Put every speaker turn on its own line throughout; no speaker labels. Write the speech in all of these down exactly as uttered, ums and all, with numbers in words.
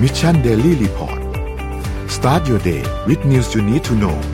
Mission Daily Report Start your day with news you need to know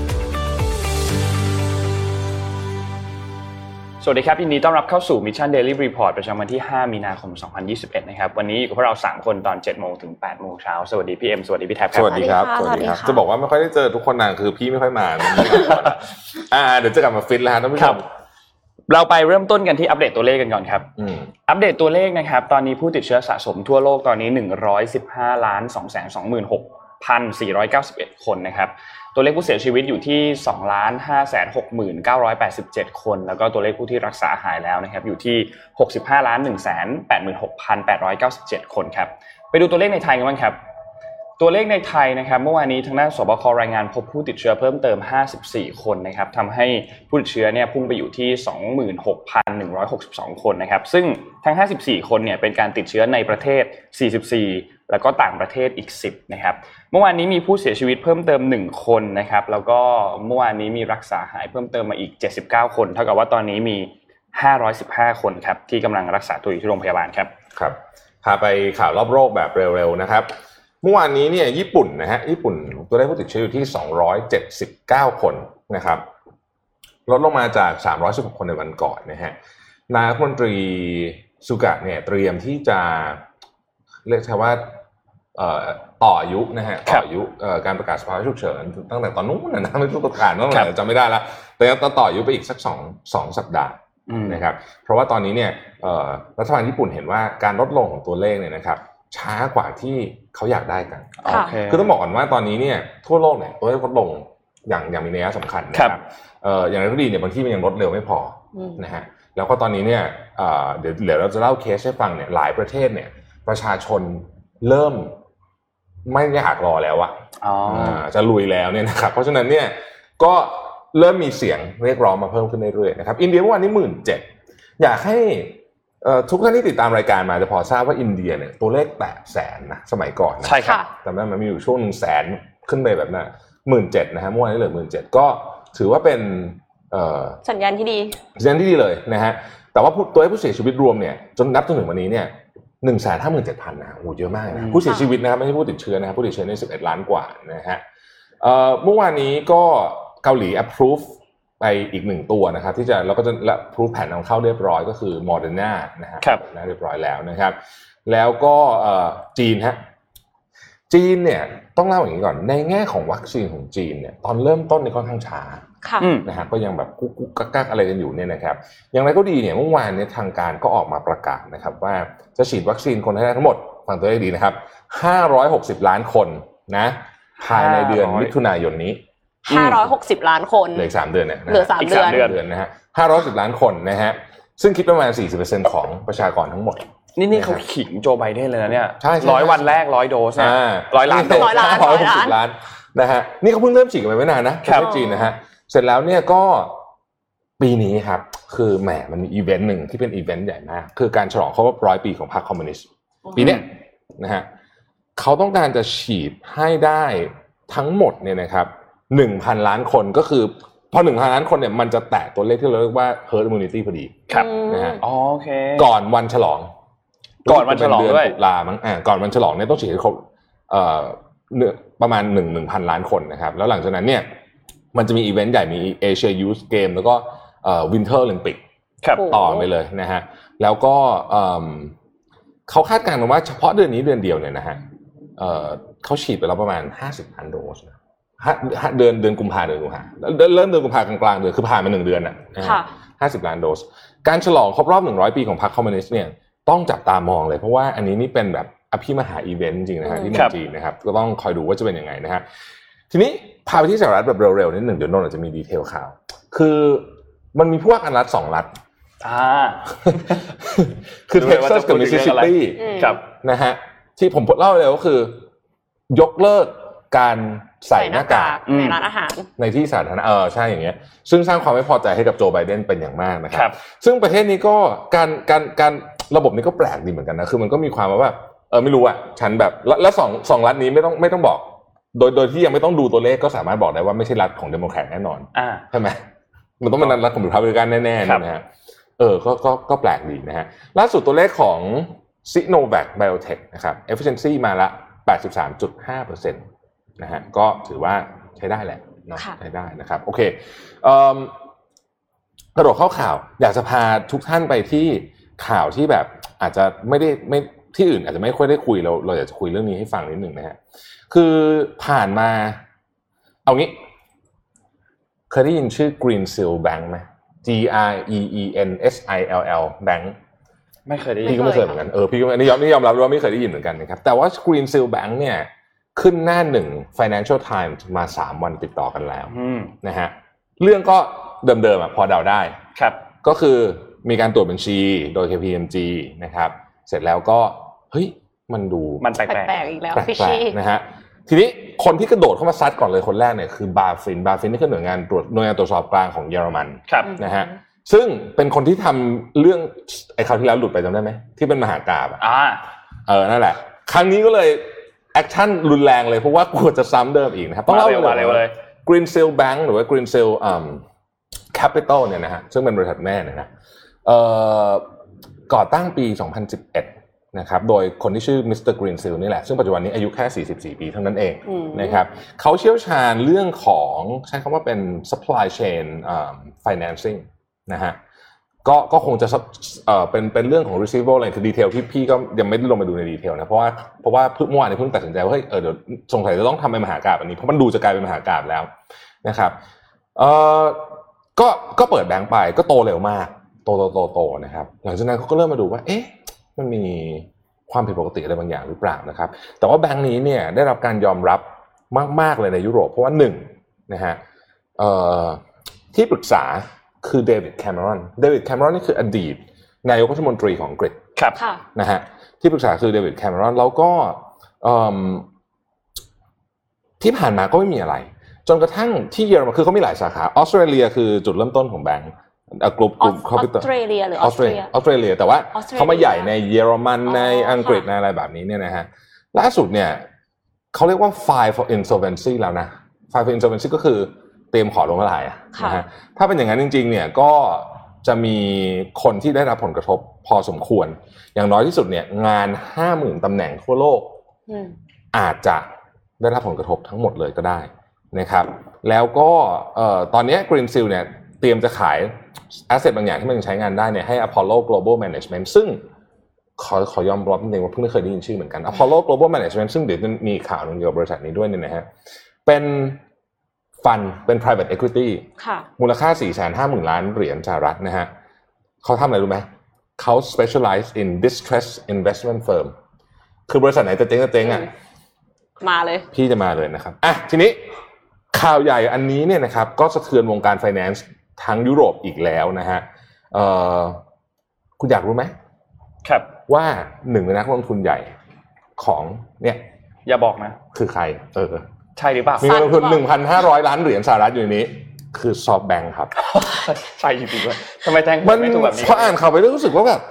สวัสดีครับยินดีต้อนรับเข้าสู่ Mission Daily Report ประจำวันที่ห้ามีนาคมสองพันยี่สิบเอ็ดนะครับวันนี้อยู่กับพวกเราสามคนตอน เจ็ดโมง ถึง แปดโมง เช้าสวัสดีพี่เอ็มสวัสดีพี่แท็บครับ
สวัสดีครับสวัสดีครับจะบอกว่าไม่ค่อยได้เจอทุกคนนานคือพี่ไม่ค่อยมาอ่าเดี๋ยวจะกลับมาฟิตแล้วฮะท่านผู้ชม
เราไปเริ่มต้นกันที่อัปเดตตัวเลขกันก่อนครับอัปเดตตัวเลขนะครับตอนนี้ผู้ติดเชื้อสะสมทั่วโลกตอนนี้หนึ่งร้อยสิบห้าล้านสองแสนสองหมื่นหกพันสี่ร้อยเก้าสิบเอ็ดคนนะครับตัวเลขผู้เสียชีวิตอยู่ที่ สองล้านห้าแสนหกหมื่นเก้าร้อยแปดสิบเจ็ดคนแล้วก็ตัวเลขผู้ที่รักษาหายแล้วนะครับอยู่ที่ หกสิบห้าล้านหนึ่งแสนแปดหมื่นหกพันแปดร้อยเก้าสิบเจ็ดคนครับไปดูตัวเลขในไทยกันบ้างครับตัวเลขในไทยนะครับเมื่อวานนี้ทางด้านสบครายงานพบผู้ติดเชื้อเพิ่มเติมห้าสิบสี่คนนะครับทำให้ผู้ติดเชื้อเนี่ยพุ่งไปอยู่ที่ สองหมื่นหกพันหนึ่งร้อยหกสิบสองคนนะครับซึ่งทั้งห้าสิบสี่คนเนี่ยเป็นการติดเชื้อในประเทศสี่สิบสี่แล้วก็ต่างประเทศอีกสิบนะครับเมื่อวานนี้มีผู้เสียชีวิตเพิ่มเติมหนึ่งคนนะครับแล้วก็เมื่อวานนี้มีรักษาหายเพิ่มเติมมาอีกเจ็ดสิบเก้าคนเท่ากับว่าตอนนี้มีห้าร้อยสิบห้าคนครับที่กำลังรักษาตัวอยู่ที่โรงพยาบาลครับ
ครับพาไปข่าวรอบโลกแบบเร็วๆนะครับเมื่อวานนี้เนี่ยญี่ปุ่นนะฮะญี่ปุ่นตัวเลขผู้ติดเชื้ออยู่ที่สองร้อยเจ็ดสิบเก้าคนนะครับลดลงมาจากสามร้อยสิบหกคนในวันก่อนนะฮะนายกรัฐมนตรีสุกะเนี่ยเตรียมที่จะเรียกว่าเอ่อต่ออายุนะฮะต่ออายุเอ่อการประกาศสภาวะฉุกเฉินตั้งแต่ตอนนู้นนะไม่รู้ประกาศเมื่อไหร่จำไม่ได้ละแต่ยังต่ออายุไปอีกสักสอง สองสัปดาห์นะครับเพราะว่าตอนนี้เนี่ยเอ่อรัฐบาลญี่ปุ่นเห็นว่าการลดลงของตัวเลขเนี่ยนะครับช้ากว่าที่เขาอยากได้กันคือต้องบอกก่อนว่าตอนนี้เนี่ยทั่วโลกเนี่ยตัวเลขลดลงอย่างอย่างมีนัยสำคัญนะครับเอ่ออย่างไรก็ดีเนี่ยบางที่มันยังลดเร็วไม่พอนะฮะแล้วก็ตอนนี้เนี่ยเอ่อเดี๋ยวเดี๋ยวเราจะเล่าเคสให้ฟังเนี่ยหลายประเทศเนี่ยประชาชนเริ่มไม่อยากรอแล้วอะอ๋อจะลุยแล้วเนี่ยนะครับเพราะฉะนั้นเนี่ยก็เริ่มมีเสียงเรียกร้องมาเพิ่มขึ้นเรื่อยๆนะครับอินเดียเมื่อวานนี้ หนึ่งหมื่นเจ็ดพัน อยากให้เอ่อทุกท่านที่ติดตามรายการมาจะพอทราบว่าอินเดียเนี่ยตัวเลขแตะแสนนะสมัยก่อนนะ
ใช่ครับ
แต่มันมีอยู่ช่วงนึงแสนขึ้นไปแบบนั้น หนึ่งหมื่นเจ็ดพัน นะฮะเมื่อวานนี้เหลือ หนึ่งหมื่นเจ็ดพัน ก็ถือว่าเป็นเอ่อ
สัญญาณที่ดี
สัญญาณที่ดีเลยนะฮะแต่ว่าตัวเลขผู้เสียชีวิตรวมเนี่ยจนนับจนถึงวันนี้เนี่ยหนึ่งแสนห้าหมื่นเจ็ดพัน นะโอ้เยอะมากนะผู้เสียชีวิตนะครับไม่ใช่ผู้ติดเชื้อนะครับผู้ติดเชื้อในสิบเอ็ดล้านกว่านะฮะเอ่อเมื่อวานนี้ก็เกาหลี approve ไปอีกหนึ่งตัวนะครับที่จะแล้วก็จะ approve แผนนำเข้าเรียบร้อยก็คือ Moderna นะฮะนะเรียบร้อยแล้วนะครับแล้วก็เอ่อจีนฮะจีนเนี่ยต้องเล่าอย่างนี้ก่อนในแง่ของวัคซีนของจีนเนี่ยตอนเริ่มต้นนี่ค่อนข้างช้านะฮะก็ยังแบบกุ๊กๆกักๆอะไรกันอยู่เนี่ยนะครับอย่างไรก็ดีเนี่ยเมื่อวานเนี่ยทางการก็ออกมาประกาศนะครับว่าจะฉีดวัคซีนคนให้ได้ทั้งหมดฟังตัวให้ดีนะครับห้าร้อยหกสิบล้านคนนะภายในเดือนมิถุนายนนี้
ห้าร้อยหกสิบล้านคน
เหลือสามเดือนเนี่ย
เหลือสามเดือน
เดือนนะฮะห้าร้อยสิบล้านคนนะฮะซึ่งคิดประมาณ สี่สิบเปอร์เซ็นต์ ของประชากรทั้งหมด
นี่นี่เขาขิงโจไบเดนเลยนะเนี่ยร้อยวันแรกร้อยโดสนะร้อยล้านโดส
ร้อยล้าน
ร้อยหกสิบล้านนะฮะนี่เขาเพิ่งเริ่มฉีดกันไปไม่นานนะประเทศจีนนะฮะเสร็จแล้วเนี่ยก็ปีนี้ครับคือแหมมันมีอีเวนต์หนึ่งที่เป็นอีเวนต์ใหญ่มากคือการฉลองครบรอบร้อยปีของพรรคคอมมิวนิสต์ปีนี้นะฮะเขาต้องการจะฉีดให้ได้ทั้งหมดเนี่ยนะครับ หนึ่งพัน ล้านคนก็คือพอ หนึ่งพัน ล้านคนเนี่ยมันจะแตะตัวเลขที่เราเรียกว่า herd immunity พอดี
ครับ
นะฮะ
โอเค
ก่อนวันฉลอง
ก่อนวันฉลองด้วย
ตุลามั้งอ่าก่อนวันฉลองเนี่ยต้องฉีดให้ครบเอ่อประมาณหนึ่ง หนึ่งพัน ล้านคนนะครับแล้วหลังจากนั้นเนี่ยมันจะมีอีเวนต์ใหญ่มี Asia Youth Game แล้วก็เอ่อ Winter Olympic ต่อไปเลยนะฮะแล้วก็เอ่อเขาคาดการณ์ว่าเฉพาะเดือนนี้เดือนเดียวเนี่ยนะฮะเอ่อเขาฉีดไปแล้วประมาณห้าสิบล้านโดสนะเดือนเดือนกุมภาเดือนกุมภาเริ่มเดือนกุมภากลางๆเดือนคือผ่านมาหนึ่งเดือนน่ะห้าสิบล้านโดสการฉลองครบรอบหนึ่งร้อยปีของพรรคคอมมิวนิสต์เนี่ยต้องจับตามองเลยเพราะว่าอันนี้นี่เป็นแบบอภิมหาอีเวนต์จริงๆนะฮะที่เมืองจีนนะครับก็ต้องคอยดูว่าจะเป็นยังไงนะฮะทีนี้พาไปที่สหรัฐแบบเร็วๆนิดหนึ่งเดี๋ยวนนท์อาจจะมีดีเทลข่าวคือมันมีผู้ว่าการรัฐสองรัฐ
อ่า
คือเท็กซัสกับมิสซิสซิปปี
ครับ
นะฮะที่ผมเล่าเลยก็คือยกเลิกการใส่หน้ากาก
ในร้านอาหาร
ในที่สาธารณะเออใช่อย่างเงี้ยซึ่งสร้างความไม่พอใจให้กับโจไบเดนเป็นอย่างมากนะครับซึ่งประเทศนี้ก็การการการระบบนี้ก็แปลกดีเหมือนกันนะคือมันก็มีความว่าเออไม่รู้อ่ะฉันแบบแล้วสองสองรัฐนี้ไม่ต้องไม่ต้องบอกโดยโดยที่ยังไม่ต้องดูตัวเลขก็สามารถบอกได้ว่าไม่ใช่รัฐของเดโมแครตแน่นอนใช่ไหมมันต้องเป็นรัฐของรีพับลิกันแน่ๆนะฮะเออก็ก็ก็แปลกดีนะฮะล่าสุดตัวเลขของ Sinovac Biotech นะครับ efficiency มาละแปดสิบสามจุดห้าเปอร์เซ็นต์ นะฮะก็ถือว่าใช้ได้แหละเนาะใช้ได้นะครับโอเคเอ่อกระโดดเข้าข่าวอยากจะพาทุกท่านไปที่ข่าวที่แบบอาจจะไม่ได้ไม่ที่อื่นอาจจะไม่ค่อยได้คุยเราเราอยากจะคุยเรื่องนี้ให้ฟังนิดหนึ่งนะฮะคือผ่านมาเอางี้เคยได้ยินชื่อ Greensill Bank ไหม G R E E N S I L L Bank
ไม่เคยได้ยิน
พี่ก็ไม่เคยเหมือนกันเออพี่ก็นี่ยอมนี่ยอมรับว่าไม่เคยได้ยินเหมือนกันนะครับแต่ว่า Greensill Bank เนี่ยขึ้นหน้าหนึ่ง Financial Times มาสามวันติดต่อกันแล้วนะฮะเรื่องก็เดิมๆอ่ะพอเดาได้
ครับ
ก็คือมีการตรวจบัญชีโดย เค พี เอ็ม จี นะครับเสร็จแล้วก็เฮ้ยมันดู
มันแปลกๆ
อีกแล้ว
ฟิชชี่นะฮะทีนี้คนที่กระโดดเข้ามาซัดก่อนเลยคนแรกเนี่ยคือบาฟินบาฟินนี่คือหน่วยงานตรวจหน่วยงานตรวจสอบกลางของเยอรมันนะฮะซึ่งเป็นคนที่ทำเรื่องไอ้คราวที่แล้วหลุดไปจำได้ไหมที่เป็นมหากาพย์อ่าเออนั่นแหละครั้งนี้ก็เลยแอคชั่นรุนแรงเลยเพราะว่ากลัวจะซ้ำเดิมอีกนะครับ
ต้องเล่าเลย
Greensill Bank หรือว่า Greensill อ่า Capital เนี่ยนะฮะซึ่งเป็นบริษัทแม่เนี่ยนะเอ่อก่อตั้งปีสองพันสิบเอ็ดนะครับโดยคนที่ชื่อมิสเตอร์ Greensill นี่แหละซึ่งปัจจุบันนี้อายุแค่สี่สิบสี่ปีเท่านั้นเองนะครับเขาเชี่ยวชาญเรื่องของใช้คำว่าเป็น supply chain um, financing นะฮะก็ก็คงจะเอ่อเป็นเป็นเรื่องของ receivable อะไรคือดีเทลที่พี่ก็ยังไม่ได้ลงมาดูในดีเทลนะเพราะว่าเพราะว่าเพิ่งเมื่อวานนี้เพิ่งตัดสินใจว่าเฮ้ยเออเดี๋ยวสงสัยจะต้องทำเป็นมหากาพย์อันนี้เพราะมันดูจะกลายเป็นมหากาพย์แล้วนะครับเอ่อก็ก็เปิดแบงก์ไปก็โตเร็วมากโตโตโตโตนะครับหลังจากนั้นเขาก็เริ่มมาดูว่าเอ๊ะมันมีความผิดปกติอะไรบางอย่างหรือเปล่านะครับแต่ว่าแบงก์นี้เนี่ยได้รับการยอมรับมากๆเลยในยุโรปเพราะว่าหนึ่งนะฮะเอ่อที่ปรึกษาคือเดวิดแคมเมรอนเดวิดแคมเมรอนนี่คืออดีตนายกรัฐมนตรีของอังกฤษ
ครับ
นะฮะที่ปรึกษาคือเดวิดแคมเมรอนแล้วก็ที่ผ่านมาก็ไม่มีอะไรจนกระทั่งที่เยอรมันคือเขามีหลายสาขาออสเตรเลียคือจุดเริ่มต้นของแบงก์กลุ่มกลุ่ม
ออสเตรเลียหรือออสเตรีย
ออสเตรเลียแต่ว่าเขามาใหญ่ในเยอรมันในอังกฤษในอะไรแบบนี้เนี่ยนะฮะล่าสุดเนี่ยเขาเรียกว่า file for insolvency แล้วนะ file for insolvency ก็คือเตรียมขอล้มละลายนะฮะถ้าเป็นอย่างนั้นจริงๆเนี่ยก็จะมีคนที่ได้รับผลกระทบพอสมควรอย่างน้อยที่สุดเนี่ยงาน ห้าหมื่น ตำแหน่งทั่วโลกอาจจะได้รับผลกระทบทั้งหมดเลยก็ได้นะครับแล้วก็เอ่อตอนนี้ Greensill เนี่ยเตรียมจะขาย asset บางอย่างที่มันยังใช้งานได้เนี่ยให้ Apollo Global Management ซึ่งขอขอยอมรับนิดนึงว่าเพิ่งไม่เคยได้ยินชื่อเหมือนกัน Apollo Global Management ซึ่งเดี๋ยวมีข่าวนึงเกี่ยวกับบริษัทนี้ด้วยเนี่ยนะฮะเป็นฟันเป็น private equity มูลค่า สี่แสนห้าหมื่น ล้านเหรียญสหรัฐนะฮะเขาทำอะไรรู้ไหมเขา specialize in distressed investment firm คือบริษัทไหนจะเจ๊งจะเจ๊งอ่ะ
มาเลย
พี่จะมาเลยนะครับอ่ะทีนี้ข่าวใหญ่อันนี้เนี่ยนะครับก็สะเทือนวงการ finance ทั้งยุโรปอีกแล้วนะฮะเอ่อคุณอยากรู้ไหม
ครับ
ว่าหนึ่งในนักลงทุนใหญ่ของเนี่ย
อย่าบอกนะ
คือใครเออ
ใช่หรือเปล่า
มีเงินลงทุน หนึ่งพันห้าร้อย ล้านเหรียญสหรัฐอยู่ในนี้คือ SoftBank ครับ
ใช่จริงๆด้วยทำไมแจ้งไม่ถูกแบบนี้
พออ่านข่าวไปแล้วรู้สึกว่าแบบ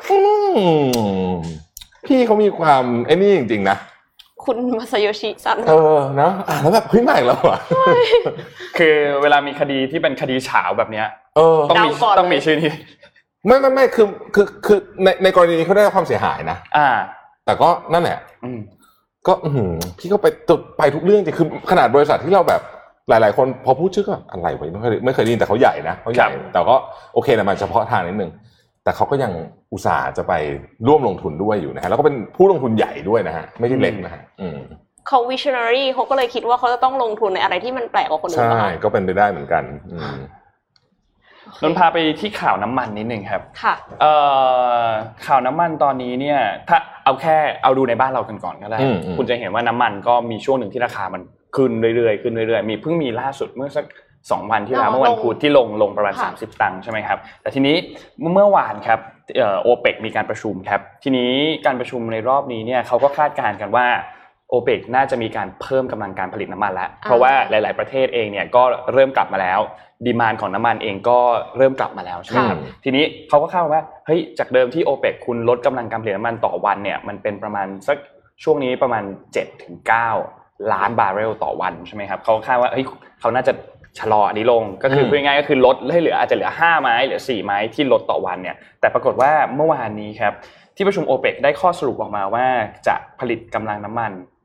พี่เขามีความไอ้นี่จริงๆนะ
คุณมาซาโยชิซัน
เออนะอ่านแล้วแบบเฮ้ยใหม่แล้วอ่ะ
คือเวลามีคดีที่เป็นคดีเฉาแบบเนี้ย
เออ
ต้องมีต้องมีชื่อนี้
ไม่ไม่ไม่คือคือคือในในกรณีนี้เขาได้รับความเสียหายนะ
อ่า
แต่ก็นั่นแหละก็พี่ก็ไปไปทุกเรื่องจริงคือขนาดบริษัทที่เราแบบหลายๆคนพอพูดชื่อก็อะไรวะไม่เคยไม่เคยได้ยินแต่เขาใหญ่นะเขาใหญ่แต่ก็โอเคนะมันเฉพาะทางนิดนึงแต่เขาก็ยังอุตส่าห์จะไปร่วมลงทุนด้วยอยู่นะฮะแล้วก็เป็นผู้ลงทุนใหญ่ด้วยนะฮะไม่ใช่เล็กนะฮะ
เขา visionary เขาก็เลยคิดว่าเขาจะต้องลงทุนในอะไรที่มันแปลกกว่าคนอื่น
ใช่ก็เป็นไปได้เหมือนกัน
นนพาไปที่ข่าวน้ำมันนิดนึงครับ
ค่ะ
เอ่อข่าวน้ำมันตอนนี้เนี่ยถ้าเอาแค่เอาดูในบ้านเรากันก่อนก็ได้คุณจะเห็นว่าน้ำมันก็มีช่วงหนึ่งที่ราคามันขึ้นเรื่อยๆขึ้นเรื่อยๆมีเพิ่งมีล่าสุดเมื่อสักสองวันที่แล้วเมื่อวันพุธที่ลงลงประมาณสามสิบตังค์ใช่ไหมครับแต่ทีนี้เมื่อวานครับเอ่อ โอเปก มีการประชุมครับทีนี้การประชุมในรอบนี้เนี่ยเขาก็คาดการณ์กันว่า โอเปก น่าจะมีการเพิ่มกำลังการผลิตน้ำมันแล้วเพราะว่าหลายๆประเทศเองเนี่ยก็เริ่มกลับมาแล้วดีมานด์ของน้ำมันเองก็เริ่มกลับมาแล้วใช่ไหมครับทีนี้เขาก็คาดว่าเฮ้ยจากเดิมที่ โอเปก คุณลดกำลังการผลิตน้ำมันต่อวันเนี่ยมันเป็นประมาณสักช่วงนี้ประมาณ เจ็ดถึงเก้า ล้านบาร์เรลต่อวันใช่ไหมครับเขาคาดว่าเฮ้ยเขาน่าจะชะลออันนี้ลงก็คือพูดง่ายๆก็คือลดให้เหลืออาจจะเหลือห้าไม้เหลือสี่ไม้ที่ลดต่อวันเนี่ยแต่ปรากฏว่าเมื่อวานนี้ครับที่ประชุม โอเปก ได้ข้อสรุปออกมาว่าจะผลิตกำลังน้ำมัน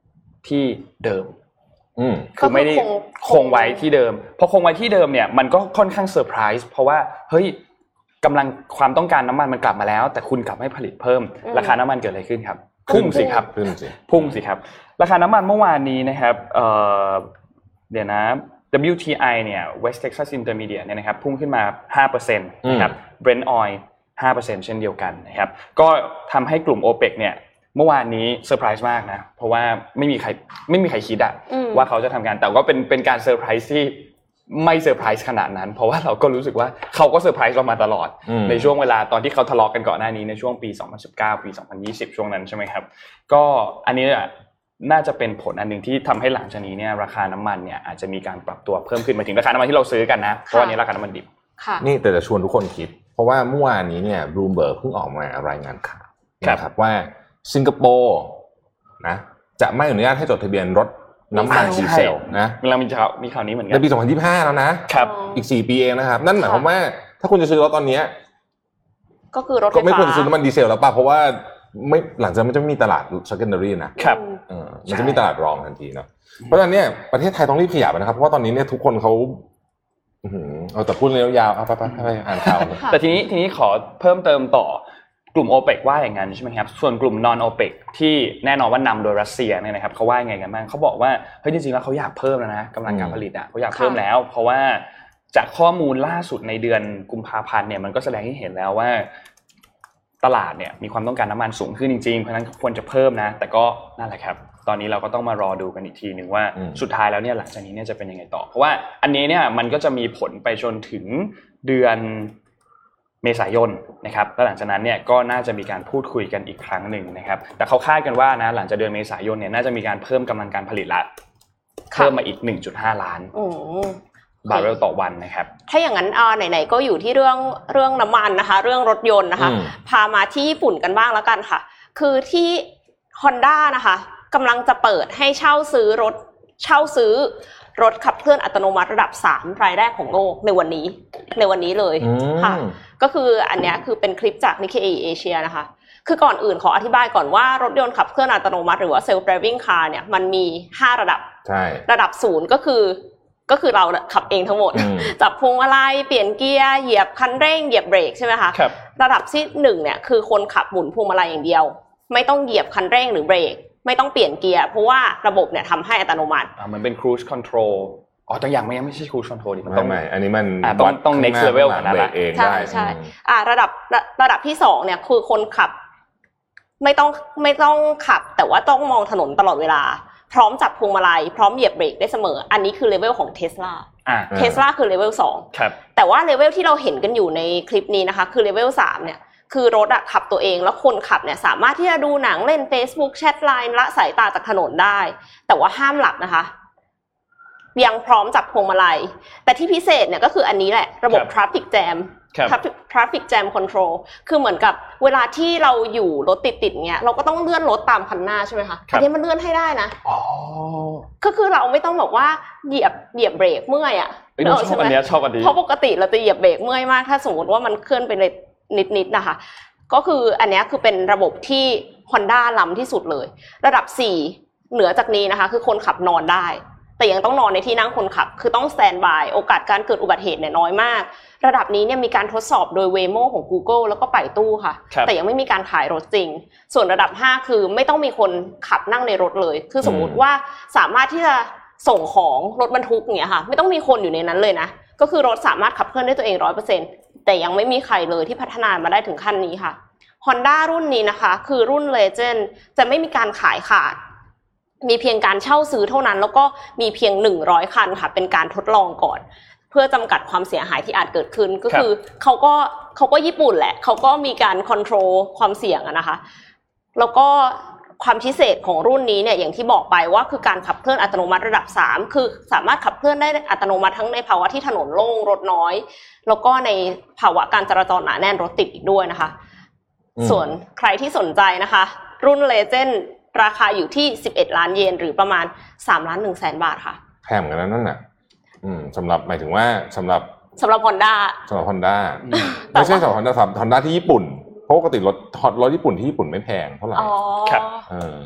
ที่เดิม
อื
คือไม่ได้คงไว้ที่เดิมพอคงไว้ที่เดิมเนี่ยมันก็ค่อนข้างเซอร์ไพรส์เพราะว่าเฮ้ยกำลังความต้องการน้ำมันมันกลับมาแล้วแต่คุณกลับไม่ผลิตเพิ่มราคาน้ำมันเกิดอะไรขึ้นครับพุ่งสิครับพุ่งสิพุ่งสิครับราคาน้ำมันเมื่อวานนี้นะครับเอ่อเดี๋ยวนะ ดับเบิลยู ที ไอ เนี่ย West Texas Intermediate เนี่ยนะครับพุ่งขึ้นมา ห้าเปอร์เซ็นต์ นะครับ Brent Oil ห้าเปอร์เซ็นต์ เช่นเดียวกันนะครับก็ทำให้กลุ่ม โอเปก เนี่ยเมื่อวานนี้เซอร์ไพรส์มากนะเพราะว่าไม่มีใครไม่มีใครคิดอะว่าเขาจะทำงานแต่ก็เป็นเป็นการเซอร์ไพรส์ที่ไม่เซอร์ไพรส์ขนาดนั้นเพราะว่าเราก็รู้สึกว่าเขาก็เซอร์ไพรส์เรามาตลอดในช่วงเวลาตอนที่เขาทะเลาะกันก่อนหน้านี้ในช่วงปีสองพันสิบเก้าปีสองพันยี่สิบช่วงนั้นใช่ไหมครับก็อันนี้น่าจะเป็นผลอันนึงที่ทำให้หลังจากนี้เนี่ยราคาน้ำมันเนี่ยอาจจะมีการปรับตัวเพิ่มขึ้นมาถึงราคาน้ำมันที่เราซื้อกันนะเพราะวันนี้ราคาน้ำมันดิบ
นี่แต่จะชวนทุกคนคิดเพราะว่าเมื่อวานนี้เนี่ยบลูมเบิร์กเพิ่งออกมารายงานข่าวนะครับว่าสิงคโปร์นะจะไม่อนุญาตให้จดทะเบียนรถน้ำมันดีเซลนะ
เรามีข่าวมีข่าวนี้เหมือนกัน
ในปีสองพันยี่สิบห้าแล้วนะครับอีกสี่ปีเองนะครับนั่นหมายความว่าถ้าคุณจะซื้อรถตอนนี้
ก็คือรถไฟฟ้า
ก็ไม่ควรจะซื้อน้ำมันดีเซลแล้วป่ะเพราะว่าไม่หลังจากมันจะไม่มีตลาด secondary นะครับเออมันจะมีตลาดรองทันทีเนาะเพราะฉะนั้นเนี่ยประเทศไทยต้องรีบขยับนะครับเพราะว่าตอนนี้เนี่ยทุกคนเขาเอาแต่พูดเร็วยาวเอาไปๆให้อ่านข่าว
แต่ทีนี้ทีนี้ขอเพิ่มเติมต่อกลุ่ม โอเปก ว่าอย่างนั้นใช่ไหมครับส่วนกลุ่ม นอน โอเปก ที่แน่นอนว่านำโดยรัสเซียเนี่ยนะครับเขาว่ายังไงกันบ้างเขาบอกว่าเฮ้ยจริงๆแล้วเขาอยากเพิ่มแล้วนะกำลังการผลิตอ่ะเขาอยากเพิ่มแล้วเพราะว่าจากข้อมูลล่าสุดในเดือนกุมภาพันธ์เนี่ยมันก็แสดงให้เห็นแล้วว่าตลาดเนี่ยมีความต้องการน้ำมันสูงขึ้นจริงๆเพราะฉะนั้นควรจะเพิ่มนะแต่ก็นั่นแหละครับตอนนี้เราก็ต้องมารอดูกันอีกทีนึงว่าสุดท้ายแล้วเนี่ยหลังจากนี้เนี่ยจะเป็นยังไงต่อเพราะว่าอันนี้เนี่ยมันก็จะมีผลไปจนถึงเดือนเมษายนนะครับแล้วหลังจากนั้นเนี่ยก็น่าจะมีการพูดคุยกันอีกครั้งหนึ่งนะครับแต่เขาคาดกันว่านะหลังจากเดือนเมษายนเนี่ยน่าจะมีการเพิ่มกำลังการผลิตละเพิ่มมาอีก หนึ่งจุดห้า ล้านบาร์เรลต่อวันนะครับ
ถ้าอย่างนั้นอ่าไหนๆก็อยู่ที่เรื่องเรื่องน้ำมันนะคะเรื่องรถยนต์นะคะพามาที่ญี่ปุ่นกันบ้างแล้วกันค่ะคือที่ Honda นะคะกำลังจะเปิดให้เช่าซื้อรถเช่าซื้อรถขับเคลื่อนอัตโนมัติระดับสามรายแรกของโลกในวันนี้ในวันนี้เลยค่ะก็คืออันเนี้ยคือเป็นคลิปจาก Nikkei Asia นะคะคือก่อนอื่นขออธิบายก่อนว่ารถยนต์ขับเคลื่อนอัตโนมัติหรือว่า self driving car เนี่ยมันมีห้าระดับ
ใช่
ระดับศูนย์ก็คือก็คือเราขับเองทั้งหมดจับพวงมาลัยเปลี่ยนเกียร์เหยียบคันเร่งเหยียบเบรกใช่ไหมคะระดับที่หนึ่งเนี่ยคือคนขับหมุนพวงมาลัยอย่างเดียวไม่ต้องเหยียบคันเร่งหรือเบรกไม่ต้องเปลี่ยนเกียร์เพราะว่าระบบเนี่ยทำให้อัตโนมัติ
อ่ามันเป็น cruise control อ๋อแต่อย่างไม่ยังไม่ใช่ cruise control ดิ
มันต้องไม่อันนี้มัน
ต้องต้อง next level กว่านั้นแหละ
ใช่ใช่อ่าระดับระดับที่สองเนี่ยคือคนขับไม่ต้องไม่ต้องขับแต่ว่าต้องมองถนนตลอดเวลาพร้อมจับพวงมาลัยพร้อมเหยียบเบรกได้เสมออันนี้คือเลเวลของ Tesla
อ่า
Tesla คือเลเวลสอง
ครับ
แต่ว่าเลเวลที่เราเห็นกันอยู่ในคลิปนี้นะคะคือเลเวลสามเนี่ยคือรถอะขับตัวเองแล้วคนขับเนี่ยสามารถที่จะดูหนังเล่น Facebook แชท ไลน์ ละสายตาจากถนนได้แต่ว่าห้ามหลับนะคะยังพร้อมจับพวงมาลัยแต่ที่พิเศษเนี่ยก็คืออันนี้แหละระบบ Traffic Jam Traffic Jam Control คือเหมือนกับเวลาที่เราอยู่รถติดๆเงี้ยเราก็ต้องเลื่อนรถตามคันหน้าใช่ไหมคะอันนี้มันเลื่อนให้ได้นะ
อ๋อ
ก็คือเราไม่ต้องบอกว่าเหยียบเหยียบเบรกเมื่อยอ่ะ
ชอบอันนี้ชอบอันนี้
เพราะปกติเราจะเหยียบเบรกเมื่อยมากถ้าสมมติว่ามันเคลื่อนไปเลยนิดๆนะคะก็คืออันนี้คือเป็นระบบที่ Honda ล้ำที่สุดเลยระดับสี่เหนือจากนี้นะคะคือคนขับนอนได้แต่ยังต้องนอนในที่นั่งคนขับคือต้องสแตนด์บายโอกาสการเกิดอุบัติเหตุเนี่ยน้อยมากระดับนี้เนี่ยมีการทดสอบโดย Waymo ของ Google แล้วก็ไปตู้ค่ะแต่ยังไม่มีการขายรถจริงส่วนระดับห้าคือไม่ต้องมีคนขับนั่งในรถเลยคือสมมุติว่าสามารถที่จะส่งของรถบรรทุกอย่างเงี้ยค่ะไม่ต้องมีคนอยู่ในนั้นเลยนะก็คือรถสามารถขับเคลื่อนด้วยตัวเอง ร้อยเปอร์เซ็นต์ แต่ยังไม่มีใครเลยที่พัฒนามาได้ถึงขั้นนี้ค่ะ Honda รุ่นนี้นะคะคือรุ่น Legend จะไม่มีการขายขาดมีเพียงการเช่าซื้อเท่านั้นแล้วก็มีเพียงหนึ่งร้อยคันค่ะเป็นการทดลองก่อนเพื่อจำกัดความเสียหายที่อาจเกิดขึ้นก็คือเขาก็เขาก็ญี่ปุ่นแหละเขาก็มีการคอนโทรลความเสี่ยงอะนะคะแล้วก็ความพิเศษของรุ่นนี้เนี่ยอย่างที่บอกไปว่าคือการขับเคลื่อนอัตโนมัติระดับสามคือสามารถขับเคลื่อนได้อัตโนมัติทั้งในภาวะที่ถนนโล่งรถน้อยแล้วก็ในภาวะการจราจรหนาแน่นรถติดอีกด้วยนะคะส่วนใครที่สนใจนะคะรุ่น Legendราคาอยู่ที่สิบเอ็ดล้านเยนหรือประมาณสามล้านหนึ่งแสนบาทค่ะ
แพงเหมือนกันนั่นน่ะอืมสำหรับหมายถึงว่าสำหรับ
สำหรับ Honda
สำหรับ Honda ไม่ใช่สำหรับ Honda สำหรับ Honda ที่ญี่ปุ่นเพราะปกติรถรถญี่ปุ่นที่ญี่ปุ่นไม่แพงเท่าไหร่
ครับ
เออ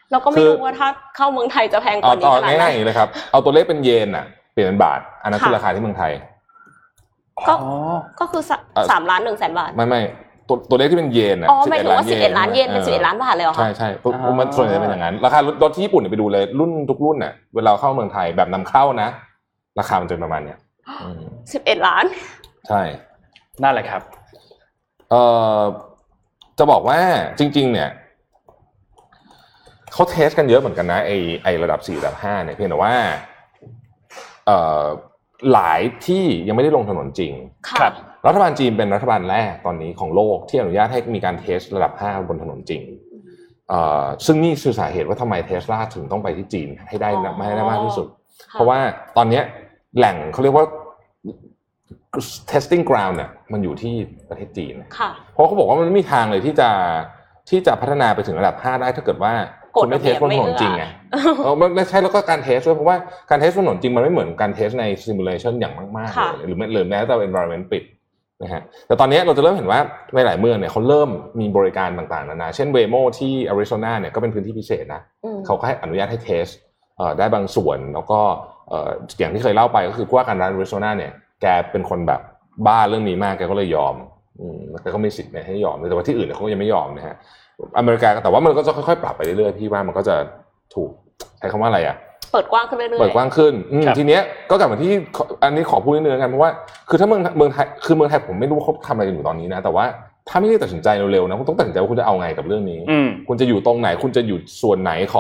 เราก็ไม่รู้ว่าถ้าเข้าเมืองไทยจะแพงกว่านี้ขนาดไหน
ง่ายๆเลยครับเอาตัวเลขเป็นเยนอ่ะเปลี่ยนเป็นบาทอันนั้นคือราคาที่เมืองไทย
ก็ก็คือสามล้านหนึ่งแสนบาท
ไม่ไม่ตัวตัวเลขที่เป็นเยนอ่ะ
อ๋อหมายถึงว่าสิบเอ็ดล้านเยนเป็นสิบเอ็ดล้านบาทเลยเหรอคะ
ใช่ใช่มันส่วนใหญ่เป็นอย่างนั้นราคารถที่ญี่ปุ่นเนี่ยไปดูเลยรุ่นทุกรุ่นน่ะเวลาเข้าเมืองไทยแบบนำเข้านะราคามันจะประมาณเนี้ย
สิบเอ็ดล้าน
ใช่
นั่นแหละครับ
เอ่อจะบอกว่าจริงๆเนี่ยเขาเทสกันเยอะเหมือนกันนะไอไอระดับสี่ระดับห้าเนี่ยเพียงแต่ว่าเอ่อหลายที่ยังไม่ได้ลงถนนจริง
ครับ
รัฐบาลจีนเป็นรัฐบาลแรกตอนนี้ของโลกที่อนุญาตให้มีการเทสระดับห้าบนถนนจริงเอ่อซึ่งนี่คือสาเหตุว่าทำไม Tesla ถึงต้องไปที่จีนให้ได้ไม่ให้ได้มากที่สุดเพราะว่าตอนนี้แหล่งเขาเรียกว่า testing ground เนี่ยมันอยู่ที่ประเทศจีนเพราะเขาบอกว่ามันไม่มีทางเลยที่จะที่จะพัฒนาไปถึงระดับห้าได้ถ้าเกิดว่าคุณไม่เทสบนถนนจริงไงเออไม่ใช่แล้วก็การเทสด้วยเพราะว่าการเทสบนถนนจริงมันไม่เหมือนการเทสใน simulation อย่างมากๆเลยหรือหรือแม้แต่ environment ปิดนะฮะแต่ตอนนี้เราจะเริ่มเห็นว่าในหลายเมืองเนี่ยเขาเริ่มมีบริการต่างๆนานาเช่น Waymo ที่ Arizona เนี่ยก็เป็นพื้นที่พิเศษนะเขาก็ให้อนุญาตให้เทสเอ่อได้บางส่วนแล้วก็เอ่ออย่างที่เคยเล่าไปก็คือผู้ว่าการรัฐ Arizona เนี่ยแกเป็นคนแบบบ้าเรื่องนี้มากแกก็เลยยอมอืมแกก็มีสิทธิ์เนี่ยให้ยอมแต่ว่าที่อื่นเขาก็ยังไม่ยอมนะฮะอเมริกาแต่ว่ามันก็จะค่อยๆปรับไปเรื่อยๆพี่ว่ามันก็จะถูกใช้คำว่าอะไรอ่ะ
เปิดกว้างขึ้นเรื่อยๆ
เปิดกว้างขึ้นทีเนี้ยก็กลับมาที่อันนี้ขอพูดนิดนึงกันเพราะว่าคือถ้าเมืองเมืองไทยคือเมืองไทยผมไม่รู้เขาทำอะไรกันอยู่ตอนนี้นะแต่ว่าถ้าไม่ได้ตัดสินใจเร็วๆนะคุณต้องตัดสินใจว่าคุณจะเอาไงกับเรื่องนี้คุณจะอยู่ตรงไหนคุณจะอยู่ส่วนไหนของ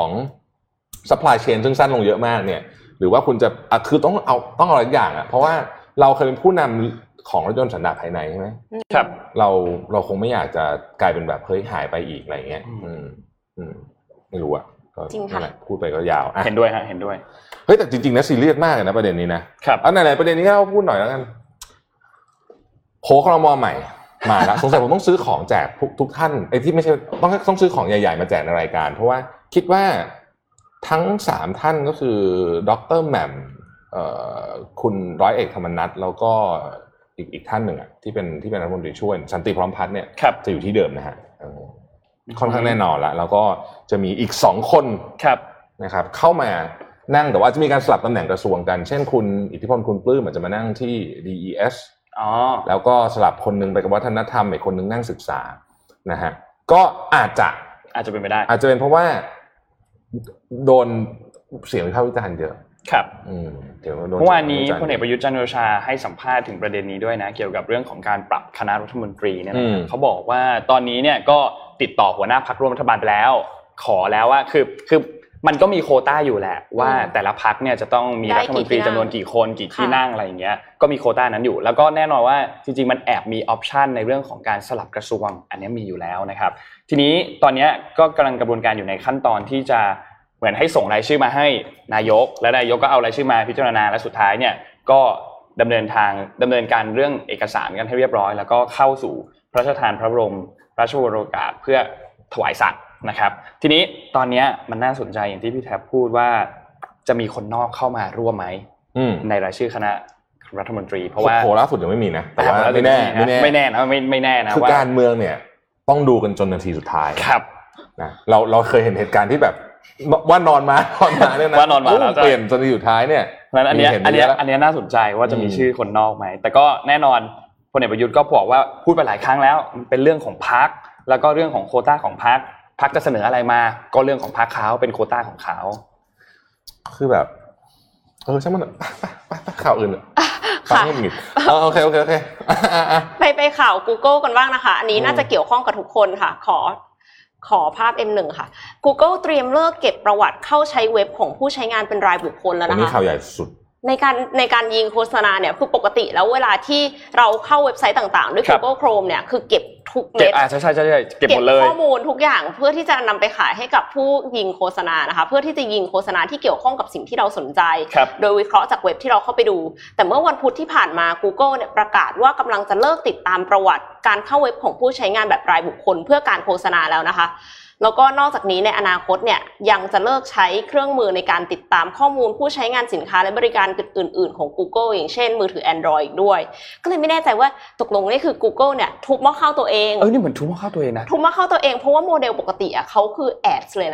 supply chain ซึ่งสั้นลงเยอะมากเนี่ยหรือว่าคุณจะอ่ะคือต้องเอาต้องเอาหลายอย่างอ่ะเพราะว่าเราเคยเป็นผู้นำของรถยนต์สันดาปภายในใช่ไหม
ครับ
เราเราคงไม่อยากจะกลายเป็นแบบเฮ้ยหายไปอีกอะไรเงี้ยอืมอืมไม่รู้อ่ะก็พูดไปก็ยาว
เห็นด้วยฮะเห็นด้วย
เฮ้ยแต่จริงๆนะซีเรียสมากเลยนะประเด็นนี้นะครับเอาไหนๆประเด็นนี้เราพูดหน่อยแล้วกันโผล่ครม.ใหม่มาแล้วสงสัยผมต้องซื้อของแจกทุกทุกท่านไอ้ที่ไม่ใช่ต้องต้องซื้อของใหญ่ๆมาแจกในรายการเพราะว่าคิดว่าทั้งสามท่านก็คือดร.แหม่มเอ่อคุณร้อยเอกธรรมนัสแล้วก็อีกอีกท่านหนึ่งอ่ะที่เป็นที่เป็นรัฐมนตรีช่วยสันติพร้อมพัฒน์เนี่ยจะอยู่ที่เดิมนะฮะค่อนข้างแน่นอนละแล้วก็จะมีอีกสองคนนะครับเข้ามานั่งแต่ว่าจะมีการสลับตำแหน่งกระทรวงกันเช่นคุณอิทธิพลคุณปลื้มอาจจะมานั่งที่ ดี อี เอส
อ๋อ
แล้วก็สลับคนนึงไปกับวัฒนธรรมอีกคนนึงนั่งศึกษานะฮะก็อาจจะ
อาจจะเป็นไปได้
อาจจะเป็นเพราะว่าโดนเสียงวิพากษ์วิจารณ์เยอะ
ครับเมื่อวานนี้พลเอกประยุทธ์จันทร์โอชาให้สัมภาษณ์ถึงประเด็นนี้ด้วยนะเกี่ยวกับเรื่องของการปรับคณะรัฐมนตรีเนี่ยนะเขาบอกว่าตอนนี้เนี่ยก็ติดต่อหัวหน้าพรรคร่วมรัฐบาลไปแล้วขอแล้วว่าคือคือมันก็มีโควต้าอยู่แหละว่าแต่ละพรรคเนี่ยจะต้องมีรัฐมนตรีจำนวนกี่คนกี่ที่นั่งอะไรอย่างเงี้ยก็มีโควต้านั้นอยู่แล้วก็แน่นอนว่าจริงๆมันแอบมีออปชันในเรื่องของการสลับกระทรวงอันนี้มีอยู่แล้วนะครับทีนี้ตอนนี้ก็กำลังกระบวนการอยู่ในขั้นตอนที่จะเหมือนให้ส่งรายชื่อมาให้นายกและนายกก็เอารายชื่อมาพิจารณาและสุดท้ายเนี่ยก็ดำเนินทางดำเนินการเรื่องเอกสารกันให้เรียบร้อยแล้วก็เข้าสู่พระราชทานพระบรมราชโองการเพื่อถวายสัตย์นะครับทีนี้ตอนนี้มันน่าสนใจอย่างที่พี่แท็บพูดว่าจะมีคนนอกเข้ามาร่วมไหมในรายชื่อคณะรัฐมนตรีเพราะว่า
โผล่ล่าสุดยังไม่มีนะแต่ว่าไม่แน่
ไม่แน่ไม่แน่นะไม่ไม่แน่นะ
คือการเมืองเนี่ยต้องดูกันจนนาทีสุดท้าย
ครับ
นะเราเราเคยเห็นเหตุการณ์ที่แบบว่านอนมานอนมาเนี่ยนะ
ว่านอนมาแล้ว
เปลี่ยนจนสุดท้ายเนี่ย
นั้นอันนี้อันนี้อันนี้น่าสนใจว่าจะมีชื่อคนนอกไหมแต่ก็แน่นอนพลเอกประยุทธ์ก็บอกว่าพูดไปหลายครั้งแล้วมันเป็นเรื่องของพรรคแล้วก็เรื่องของโควต้าของพรรคพรรคจะเสนออะไรมาก็เรื่องของพรรคเขาเป็นโควต้าของเขา
คือแบบเออใช่มั้ยข่าวอื่นฟังให้หงิดโอเคโอเคโอเค
ไปไปข่าว Google กันบ้างนะคะอันนี้น่าจะเกี่ยวข้องกับทุกคนค่ะขอขอภาพ เอ็ม หนึ่ง ค่ะ Google เตรียมเลิกเก็บประวัติเข้าใช้เว็บของผู้ใช้งานเป็นรายบุคคลแล้วนะคะ
อันนี้ข่าวใหญ่สุด
ในการในการยิงโฆษณาเนี่ยคือปกติแล้วเวลาที่เราเข้าเว็บไซต์ต่างๆด้วย Google Chrome เนี่ยคือเก็บทุกเม็ด
อ่าใช่ๆๆเก็บหมดเลย
เก็บข้อมูลทุกอย่างเพื่อที่จะนำไปขายให้กับผู้ยิงโฆษณานะคะเพื่อที่จะยิงโฆษณาที่เกี่ยวข้องกับสิ่งที่เราสนใจโดยวิเคราะห์จากเว็บที่เราเข้าไปดูแต่เมื่อวันพุธที่ผ่านมา Google เนี่ยประกาศว่ากำลังจะเลิกติดตามประวัติการเข้าเว็บของผู้ใช้งานแบบรายบุคคลเพื่อการโฆษณาแล้วนะคะแล้วก็นอกจากนี้ในอนาคตเนี่ยยังจะเลิกใช้เครื่องมือในการติดตามข้อมูลผู้ใช้งานสินค้าและบริการอื่นๆของ Google อย่างเช่นมือถือ Android อีกด้วยก็เลยไม่แน่ใจว่าตกลงนี่คือ Google เนี่ยทุบหม้อข้าวตัวเอง
เออนี่เหมือนทุบหม้อข้าวตัวเองนะ
ทุบหม้อข้าวตัวเองเพราะว่าโมเดลปกติอ่ะเขาคือ Ads เลยนะ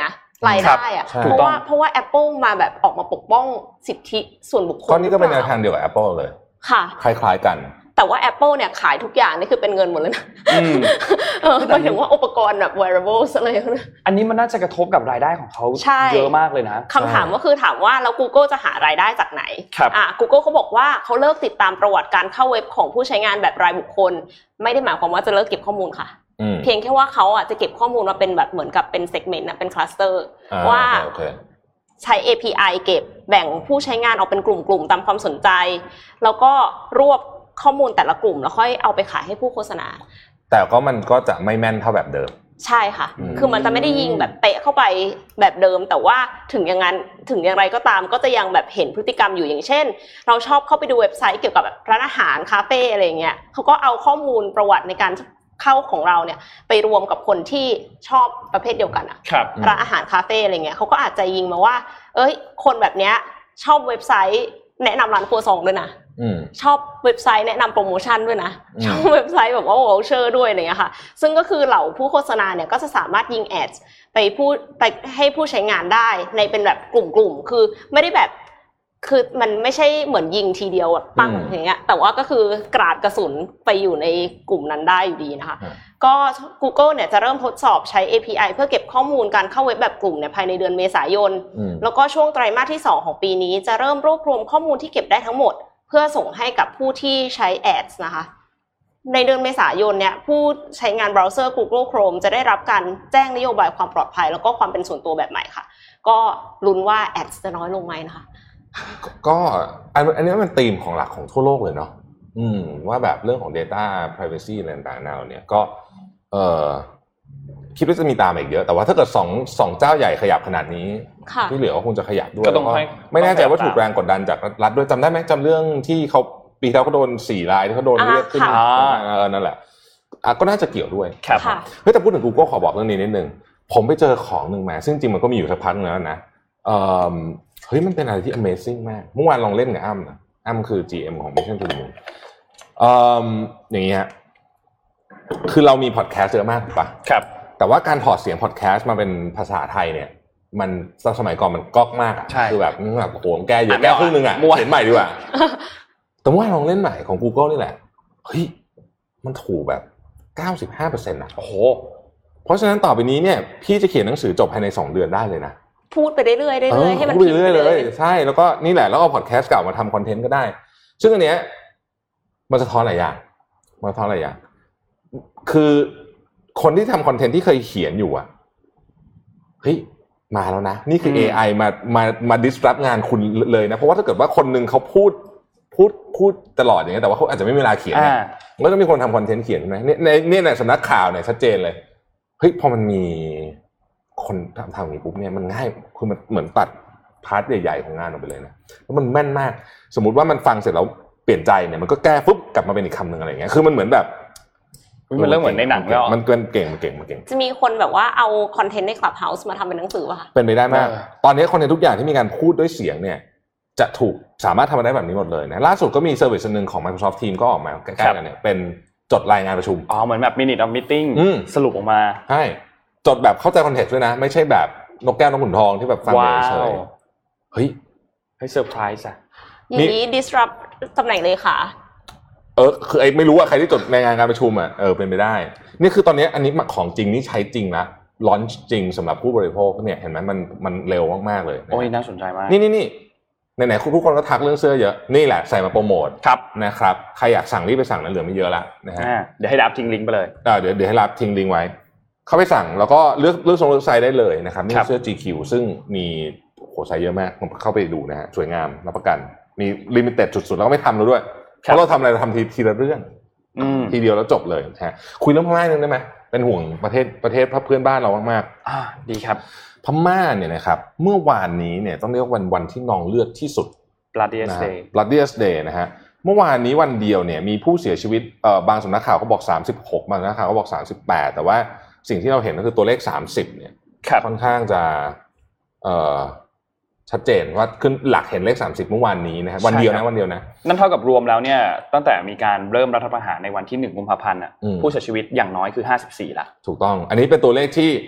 รายได้อะเพราะว่าเพราะว่า Apple มาแบบออกมาปกป้องสิทธิส่วนบุคคล
ก็นี่ก็เป็นแนวทางเดียวกับ Apple เลย
ค่ะ
คล้ายๆกัน
แต่ว่า Apple เนี่ยขายทุกอย่างนี่คือเป็นเงินหมดเลยนะเออหมายถึงว่าอุปกรณ์แบบ wearables อะไร
อันนี้มันน่าจะกระทบกับรายได้ของเขาเยอะมากเลยนะ
คำถามก็คือถามว่าแล้ว Google จะหารายได้จากไหนอ่ะ Google เขาบอกว่าเขาเลิกติดตามประวัติการเข้าเว็บของผู้ใช้งานแบบรายบุคคลไม่ได้หมายความว่าจะเลิกเก็บข้อมูลค่ะเพียงแค่ว่าเขาอ่ะจะเก็บข้อมูลมาเป็นแบบเหมือนกับเป็น segment นะเป็น cluster ว่าใช้ เอ พี ไอ เก็บแบ่งผู้ใช้งานออกเป็นกลุ่มๆตามความสนใจแล้วก็รวบข้อมูลแต่ละกลุ่มแล้วค่อยเอาไปขายให้ผู้โฆษณา
แต่ก็มันก็จะไม่แม่นเท่าแบบเดิม
ใช่ค่ะคือมันจะไม่ได้ยิงแบบเป๊ะเข้าไปแบบเดิมแต่ว่าถึงอย่างนั้นถึงอย่างไรก็ตามก็จะยังแบบเห็นพฤติกรรมอยู่อย่างเช่นเราชอบเข้าไปดูเว็บไซต์เกี่ยวกับแบบร้านอาหารคาเฟ่อะไรเงี้ยเขาก็เอาข้อมูลประวัติในการเข้าของเราเนี่ยไปรวมกับคนที่ชอบประเภทเดียวกันอ่ะร้านอาหารคาเฟ่อะไรเงี้ยเขาก็อาจจะยิงมาว่าเอ้ยคนแบบเนี้ยชอบเว็บไซต์แนะนำร้านครัวซองด้วยนะชอบเว็บไซต์แนะนำโปรโมชั่นด้วยนะชอบเว็บไซต์แบบว่าวอลเชอร์ด้วยอะไรเงี้ยค่ะซึ่งก็คือเหล่าผู้โฆษณาเนี่ยก็จะสามารถยิงแอดไปพูดไปให้ผู้ใช้งานได้ในเป็นแบบกลุ่มๆคือไม่ได้แบบคือมันไม่ใช่เหมือนยิงทีเดียวแบบปั้งอย่างเงี้ยแต่ว่าก็คือกราดกระสุนไปอยู่ในกลุ่มนั้นได้อยู่ดีนะคะก็ Google เนี่ยจะเริ่มทดสอบใช้ เอ พี ไอ เพื่อเก็บข้อมูลการเข้าเว็บแบบกลุ่มเนี่ยภายในเดือนเมษายนแล้วก็ช่วงไตรมาสที่สองของปีนี้จะเริ่มรวบรวมข้อมูลที่เก็บได้ทั้งหมดเพื่อส่งให้กับผู้ที่ใช้ Ads นะคะในเดือนเมษายนเนี่ยผู้ใช้งานเบราว์เซอร์ Google Chrome จะได้รับการแจ้งนโยบายความปลอดภัยแล้วก็ความเป็นส่วนตัวแบบใหม่ค่ะก็ลุ้นว่า Ads จะน้อยลงไหมนะคะ
ก็อันนี้มันธีมของหลักของทั่วโลกเลยเนาะอืมว่าแบบเรื่องของ data privacy อะไรต่างๆแนวเนี่ยก็เอ่อคิดว่าจะมีตามอีกเยอะแต่ว่าถ้าเกิดสอง สองเจ้าใหญ่ขยับขนาดนี้ที่เหลือก็คงจะขยับด้วยก็ไม่แน่ใจว่าถูกแรงกดดันจากรัฐด้วยจำได้ไหมจำเรื่องที่เขาปีที่แล้วเขาโดนสี่รายที่เขาโดนเรียกขึ้นมานั่นแหละก็น่าจะเกี่ยวด้วยเฮ้ยแต่พูดถึง Google ขอบอกเรื่องนี้นิดนึงผมไปเจอของนึงมาซึ่งจริงมันก็มีอยู่สักพักนึงแล้วนะเฮ้ยมันเป็นอะไรที่ Amazing มากเมื่อวานลองเล่นกับอ้ำนะอ้ำคือ จี เอ็ม ของ Mission to the Moon เอ่ออย่างงี้ฮะคือเรามีพอดแคสต์เยอะมากถูกปะ
ครับ
แต่ว่าการถอดเสียงพอดแคสต์มาเป็นภาษาไทยเนี่ยมันสมัยก่อนมันก๊อกมากอ่ะคือแบบแบบโหแก้เยอะแก้ครึ่งนึงอ่ะเห็นใหม่ดีกว่าแต่ว่าลองเล่นใหม่ของ Google นี่แหละเฮ้ยมันถูกแบบ เก้าสิบห้าเปอร์เซ็นต์ อ่ะโอ้โหเพราะฉะนั้นต่อไปนี้เนี่ยพี่จะเขียนหนังสือจบภายในสองเดือนได้เลยนะ
พูดไปเรื่อยๆเรื่อยๆให้มัน
พูดไปเรื่อยๆเลยใช่แล้วก็นี่แหละแล้วเอาพอดแคสต์เก่ามาทำคอนเทนต์ก็ได้ซึ่งอันเนี้ยมันสะท้อนหลายอย่างมันสะท้อนหลายอย่างคือคนที่ทำคอนเทนต์ที่เคยเขียนอยู่อ่ะเฮ้ยมาแล้วนะนี่คือ เอ ไอ มามามา disrupt งานคุณเลยนะเพราะว่าถ้าเกิดว่าคนนึงเขาพูดพูดพูดตลอดอย่างเงี้ยแต่ว่าเขาอาจจะไม่มีเวลาเขียนเนี่ยมันก็ต้องมีคนทำคอนเทนต์เขียนใช่ไหมเนี่ยในเนี่ยในสำนักข่าวเนี่ยชัดเจนเลยเฮ้ยพอมันมีคนทำทำอย่างนี้ปุ๊บเนี่ยมันง่ายคือมันเหมือนตัดพาร์ทใหญ่ๆของงานออกไปเลยนะแล้วมันแม่นมากสมมุติว่ามันฟังเสร็จแล้วเปลี่ยนใจเนี่ยมันก็แก้ปุ๊บกลับมาเป็นอีกคำหนึ่งอะไรอย่างเงี้ยคือมันเหมือนแบบ
มันเริ่มเหมือนในหนังแล้ว
มันเก่งเก่งมันเก่งมันเก่ง
จะมีคนแบบว่าเอาคอนเทนต์ใน Clubhouse มาทำเป็นหนังสือป่ะคะ
เป็นไปได้มากตอนนี้คอนเทนต์ทุกอย่างที่มีการพูดด้วยเสียงเนี่ยจะถูกสามารถทำได้แบบนี้หมดเลยนะล่าสุดก็มีเซอร์วิสนึงของ Microsoft Teams ก็ออกมาใกล้ๆกันเนี่ยเป็นจดรายงานประชุม
อ๋อเหมือนแบบ minute of meeting สรุปออกมา
ใช่จดแบบเข้าใจคอนเทกต์ด้วยนะไม่ใช่แบบนกแก้วนกขุนทองที่แบบฟังเฉยๆเฮ้ย
ให้เซอร์ไพรส์อ่ะ
อย่างนี้ disrupt ตำแหน่งเลยค่ะ
เออคือไอ้ไม่รู้ว่าใครที่จดรายงานการประชุมอ่ะเออเป็นไปได้นี่คือตอนนี้อันนี้ของจริงนี่ใช้จริงนะลอนช์จริงสำหรับผู้บริโภคเนี่ยเห็นไหมมันมันเร็วมากๆเลย
โอ้ยน่าสนใจมาก
นี่นี่นี่ไหนๆทุกคนก็ทักเรื่องเสื้อเยอะนี่แหละใส่มาโปรโมท
ครับ
นะครับใครอยากสั่งรีบไปสั่งนะเหลือไม่เยอะละนะฮะ
เดี๋ยวให้รับทิ้งลิงก์ไปเลย
อ่าเดี๋ยวเดี๋ยวให้รับทิ้งลิงก์ไว้เข้าไปสั่งแล้วก็เลือกเลือกทรงเลือกไซส์ได้เลยนะครับนี่เสื้อ จี คิว ซึ่งมีโหไซส์เยอะมากผมเข้าไปดูนะฮะสวยงามรับประกันมีลิมิเต็ดสุดๆแล้วก็ไม่ทำแล้วด้วยเพราะเราทำอะไรเราทำทีทีละเรื่องทีเดียวแล้วจบเลยนะฮะคุยเรื่องพม่านึงได้ไหมเป็นห่วงประเทศประเทศเพื่อนบ้านเรามาก
ๆอ่าดีครับ
พม่าเนี่ยนะครับเมื่อวานนี้เนี่ยต้องเรียกวันวันที่นองเลือดที่สุด
Bloodiest Day
Bloodiest Day นะฮะเมื่อวานนี้วันเดียวเนี่ยมีผู้เสียชีวิตเอ่อบางสำนักข่าวก็บอกสามสิบหกบางสำนักข่าวก็บอกสามสิบแปดแต่ว่าสิ่งที่เราเห็นก็คือตัวเลขสามสิบเนี่ยค่อนข้างจะเอ่อชัดเจนว่าขึ้นหลักเห็นเลขสามสิบเมื่อวานนี้นะฮะวันเดียวนะวันเดียวนะ
นั่นเท่ากับรวมแล้วเนี่ยตั้งแต่มีการเริ่มรัฐประหารในวันที่หนึ่งกุมภาพันธ์น่ะผู้เสียชีวิตอย่างน้อยคือห้าสิบสี่ละ
ถูกต้องอันนี้เป็นตัวเลขที่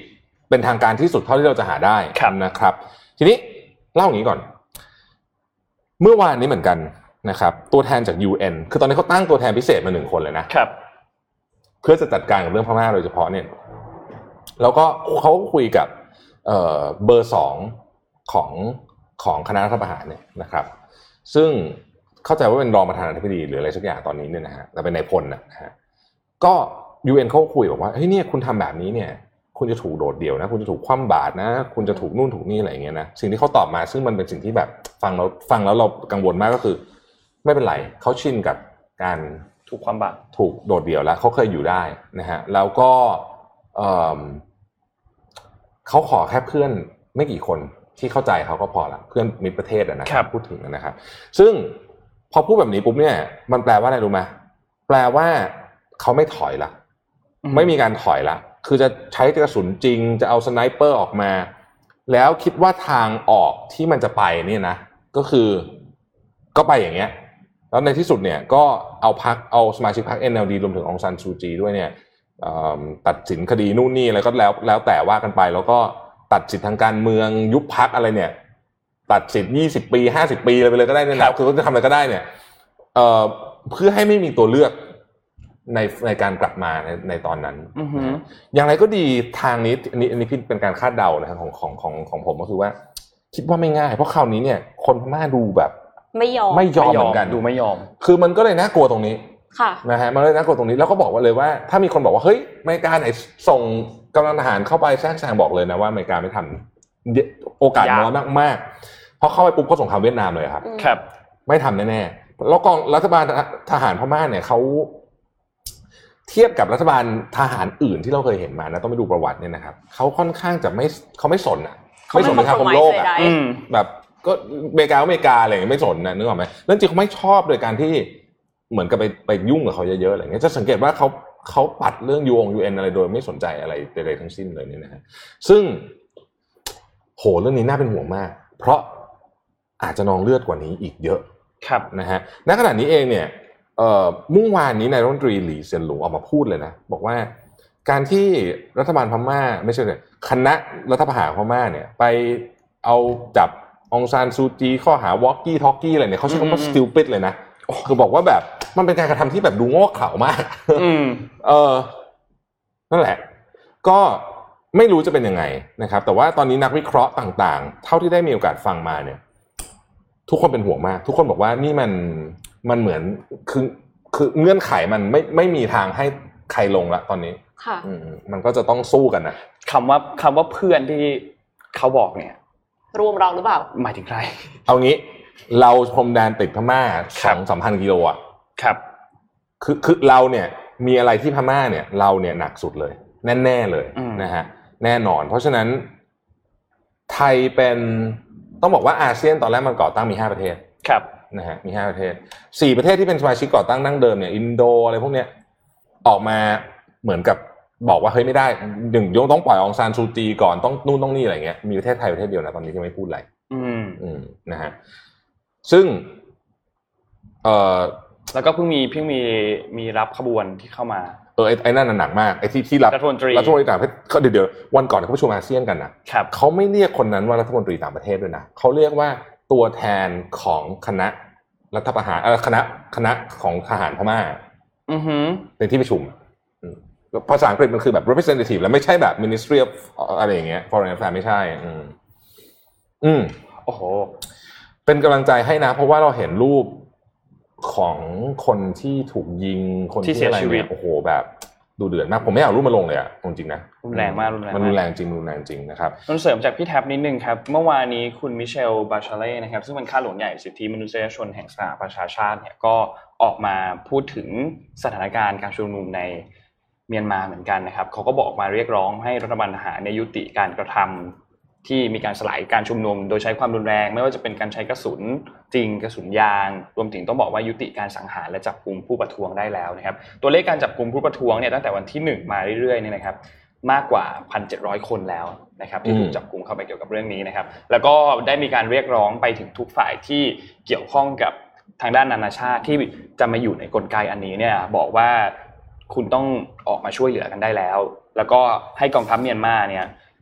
เป็นทางการที่สุดเท่าที่เราจะหาได้นะครับทีนี้เล่าอย่างนี้ก่อนเมื่อวานนี้เหมือนกันนะครับตัวแทนจาก ยู เอ็น คือตอนนี้เขาตั้งตัวแทนพิเศษมาหนึ่งคนเลยนะครับเพื่อจะจัดการกับเรื่องพม่าโดยเฉพาะเนี่ยแล้วก็เขาก็คุยกับเอ่อเบอร์สองของของคณะรัฐประหารเนี่ยนะครับซึ่งเข้าใจว่าเป็นรองประธานาธิบดีหรืออะไรสักอย่างตอนนี้เนี่ยนะฮะแต่เป็นนายพลนะฮะก็ ยู เอ็น เขาคุยบอกว่าเฮ้ยเนี่ยคุณทำแบบนี้เนี่ยคุณจะถูกโดดเดี่ยวนะคุณจะถูกคว่ำบาตรนะคุณจะถูกนู่นถูกนี่อะไรอย่างเงี้ยนะสิ่งที่เขาตอบมาซึ่งมันเป็นสิ่งที่แบบฟังแล้วฟังแล้วเรากังวลมากก็คือไม่เป็นไรเขาชินกับการ
ถูกคว่ำบาตร
ถูกโดดเดี่ยวแล้วเขาเคยอยู่ได้นะฮะแล้วก็เอ่อเขาขอแค่เพื่อนไม่กี่คนที่เข้าใจเขาก็พอละเพื่อนมิตรประเทศนะครับพูดถึงนะครับซึ่งพอพูดแบบนี้ปุ๊บเนี่ยมันแปลว่าอะไรรู้ไหมแปลว่าเขาไม่ถอยละไม่มีการถอยละคือจะใช้กระสุนจริงจะเอาสไนเปอร์ออกมาแล้วคิดว่าทางออกที่มันจะไปเนี่ยนะก็คือก็ไปอย่างเงี้ยแล้วในที่สุดเนี่ยก็เอาพรรคเอาสมาชิกพรรค เอ็น แอล ดี รวมถึงองซานซูจีด้วยเนี่ยตัดสินคดีนู่นนี่อะไรก็แล้วแล้วแต่ว่ากันไปแล้วก็ตัดสิทธิทางการเมืองยุบพรรคอะไรเนี่ยตัดสิทธิ์ยี่สิบปีห้าสิบปีอะไรไปเลยก็ได้เนี่ยนะคือจะทำอะไรก็ได้เนี่ยเอ่อเพื่อให้ไม่มีตัวเลือกในในการกลับมาในในตอนนั้นอย่างไรก็ดีทางนี้อันนี้อันนี้พี่เป็นการคาดเดานะครับของของของของผมก็คือว่าคิดว่าไม่ง่ายเพราะคราวนี้เนี่ยคนพม่าดูแบบ
ไม่ยอม
ไม่ยอมเหมือนกัน
ดูไม่ยอม
คือมันก็เลยน่ากลัวตรงนี้
ค่ะ
นะฮะมันเลยน่ากลัวตรงนี้แล้วก็บอกว่าเลยว่าถ้ามีคนบอกว่าเฮ้ยอเมริกาไหนส่งกำลังทหารเข้าไปแทรกแซงบอกเลยนะว่าอเมริกาไม่ทำโอกาสน้อยมากๆเพราะเข้าไปปุ๊บก็สงครามเวียดนามเลยครับ
ครับ
ไม่ทำแน่ๆแล้วกองรัฐบาลทหารพม่าเนี่ยเขาเทียบกับรัฐบาลทหารอื่นที่เราเคยเห็นมานะต้องไปดูประวัติเนี่ยนะครับเขาค่อนข้างจะไม่เขาไม่สนอ่ะไม่สนในทางของโลกอ่ะแบบก็อเมริกาอเมริกาอะไรอย่างเงี้ยไม่สนนะนึกออกไหมเรื่องจริงเขาไม่ชอบโดยการที่เหมือนกับไปไปยุ่งกับเขาเยอะๆอะไรเงี้ยจะสังเกตว่าเขาเขาปัดเรื่องยูองยูเอ็นอะไรโดยไม่สนใจอะไรใดๆทั้งสิ้นเลยเนี่ยนะฮะซึ่งโหเรื่องนี้น่าเป็นห่วงมากเพราะอาจจะนองเลือดกว่านี้อีกเยอะ
ครับ
นะฮะณขณะนี้เองเนี่ยเอ่อเมื่อวานนี้นายรัฐมนตรีหลี่เซียนหลงออกมาพูดเลยนะบอกว่าการที่รัฐบาลพม่าไม่ใช่เลยคณะรัฐประหารพม่าเนี่ยไปเอาจับองซานซูจีข้อหาวอล์กกี้ทอกกี้อะไรเนี่ยเขาใช้คำว่า stupid เลยนะคือบอกว่าแบบมันเป็นการกระทำที่แบบดูโง่เขลามากเออนั่นแหละก็ไม่รู้จะเป็นยังไงนะครับแต่ว่าตอนนี้นักวิเคราะห์ต่างๆเท่าที่ได้มีโอกาสฟังมาเนี่ยทุกคนเป็นห่วงมากทุกคนบอกว่านี่มันมันเหมือนคือคือเงื่อนไขมันไม่ไม่มีทางให้ใครลงละตอนนี้
ค่ะ
มันก็จะต้องสู้กันนะ
คำว่าคำว่าเพื่อนที่เขาบอกเนี่ย
รวมเราหรือเปล่า
หมายถึงใคร
เอางี้เราพรมแดนติดพม่าสองสามพันกิโลอ่ะ
ครับ
คือคือเราเนี่ยมีอะไรที่พม่าเนี่ยเราเนี่ยหนักสุดเลยแน่ๆเลยนะฮะแน่นอนเพราะฉะนั้นไทยเป็นต้องบอกว่าอาเซียนตอนแรกมันก่อตั้งมีห้าประเทศ
ครับ
นะฮะมีห้าประเทศสี่ประเทศที่เป็นสมาชิกก่อตั้งดั้งเดิมเนี่ยอินโดอะไรพวกเนี้ยออกมาเหมือนกับบอกว่าเฮ้ยไม่ได้หนึ่งยงต้องปล่อยองซานซูจีก่อนต้องนู่นต้องนี่อะไรเงี้ยมีประเทศไทยประเทศเดียวนะตอนนี้ที่ไม่พูดอะไร
อืม
อืมนะฮะซึ่งเอ่อ
แล้วก็เพิ่งมีเพิ่งมีมีรับขบวนที่เข้ามา
เออไอ้ไอ้นั่นหนักมากไอ้ที่ที่รับ
รัฐมนตรี
รัฐมนตรีต่างประเทศเขาเดี๋ยวๆวันก่อนเขาประชุมอาเซียนกันนะครับเขาไม่เรียกคนนั้นว่ารัฐมนตรีต่างประเทศด้วยนะเขาเรียกว่าตัวแทนของคณะรัฐประหารเออคณะคณะของทหารพม่า
อือฮึ
ในที่ประชุมภาษาอังกฤษมันคือแบบ representative แล้วไม่ใช่แบบ ministry of อะไรอย่างเงี้ย foreign affairs ไม่ใช่อืมอืม
โอ้โห
เป็นกำลังใจให้นะเพราะว่าเราเห็นรูปของคนที่ถูกยิงคนที่เสียชีวิตโอ้โหแบบดูเดือดมากผมไม่เอารูปมาลงเลยอ่ะจริงๆนะ
รุนแรงมากรุนแรง
มันรุนแรงจริงรุนแรงจริงนะครับ
ต้องเสริมจากพี่แท็บนิดนึงครับเมื่อวานนี้คุณมิเชลบาชาเล่นะครับซึ่งเป็นข้าหลวงใหญ่สิทธิมนุษยชนแห่งสหประชาชาติเนี่ยก็ออกมาพูดถึงสถานการณ์การชุมนุมในเมียนมาเหมือนกันนะครับเขาก็บอกมาเรียกร้องให้รัฐบาลทหารยุติการกระทำที่มีการสลายการชุมนุมโดยใช้ความรุนแรงไม่ว่าจะเป็นการใช้กระสุนจริงกระสุนยางรวมถึงต้องบอกว่ายุติการสังหารและจับกุมผู้ประท้วงได้แล้วนะครับตัวเลขการจับกุมผู้ประท้วงเนี่ยตั้งแต่วันที่หนึ่งมาเรื่อยๆเนี่ยนะครับมากกว่า หนึ่งพันเจ็ดร้อย คนแล้วนะครับที่ถูกจับกุมเข้าไปเกี่ยวกับเรื่องนี้นะครับแล้วก็ได้มีการเรียกร้องไปถึงทุกฝ่ายที่เกี่ยวข้องกับทางด้านนานาชาติที่จะมาอยู่ในกลไกอันนี้เนี่ยบอกว่าคุณต้องออกมาช่วยเหลือกันได้แล้วแล้วก็ให้กองทัพเมียนมาเนี่ย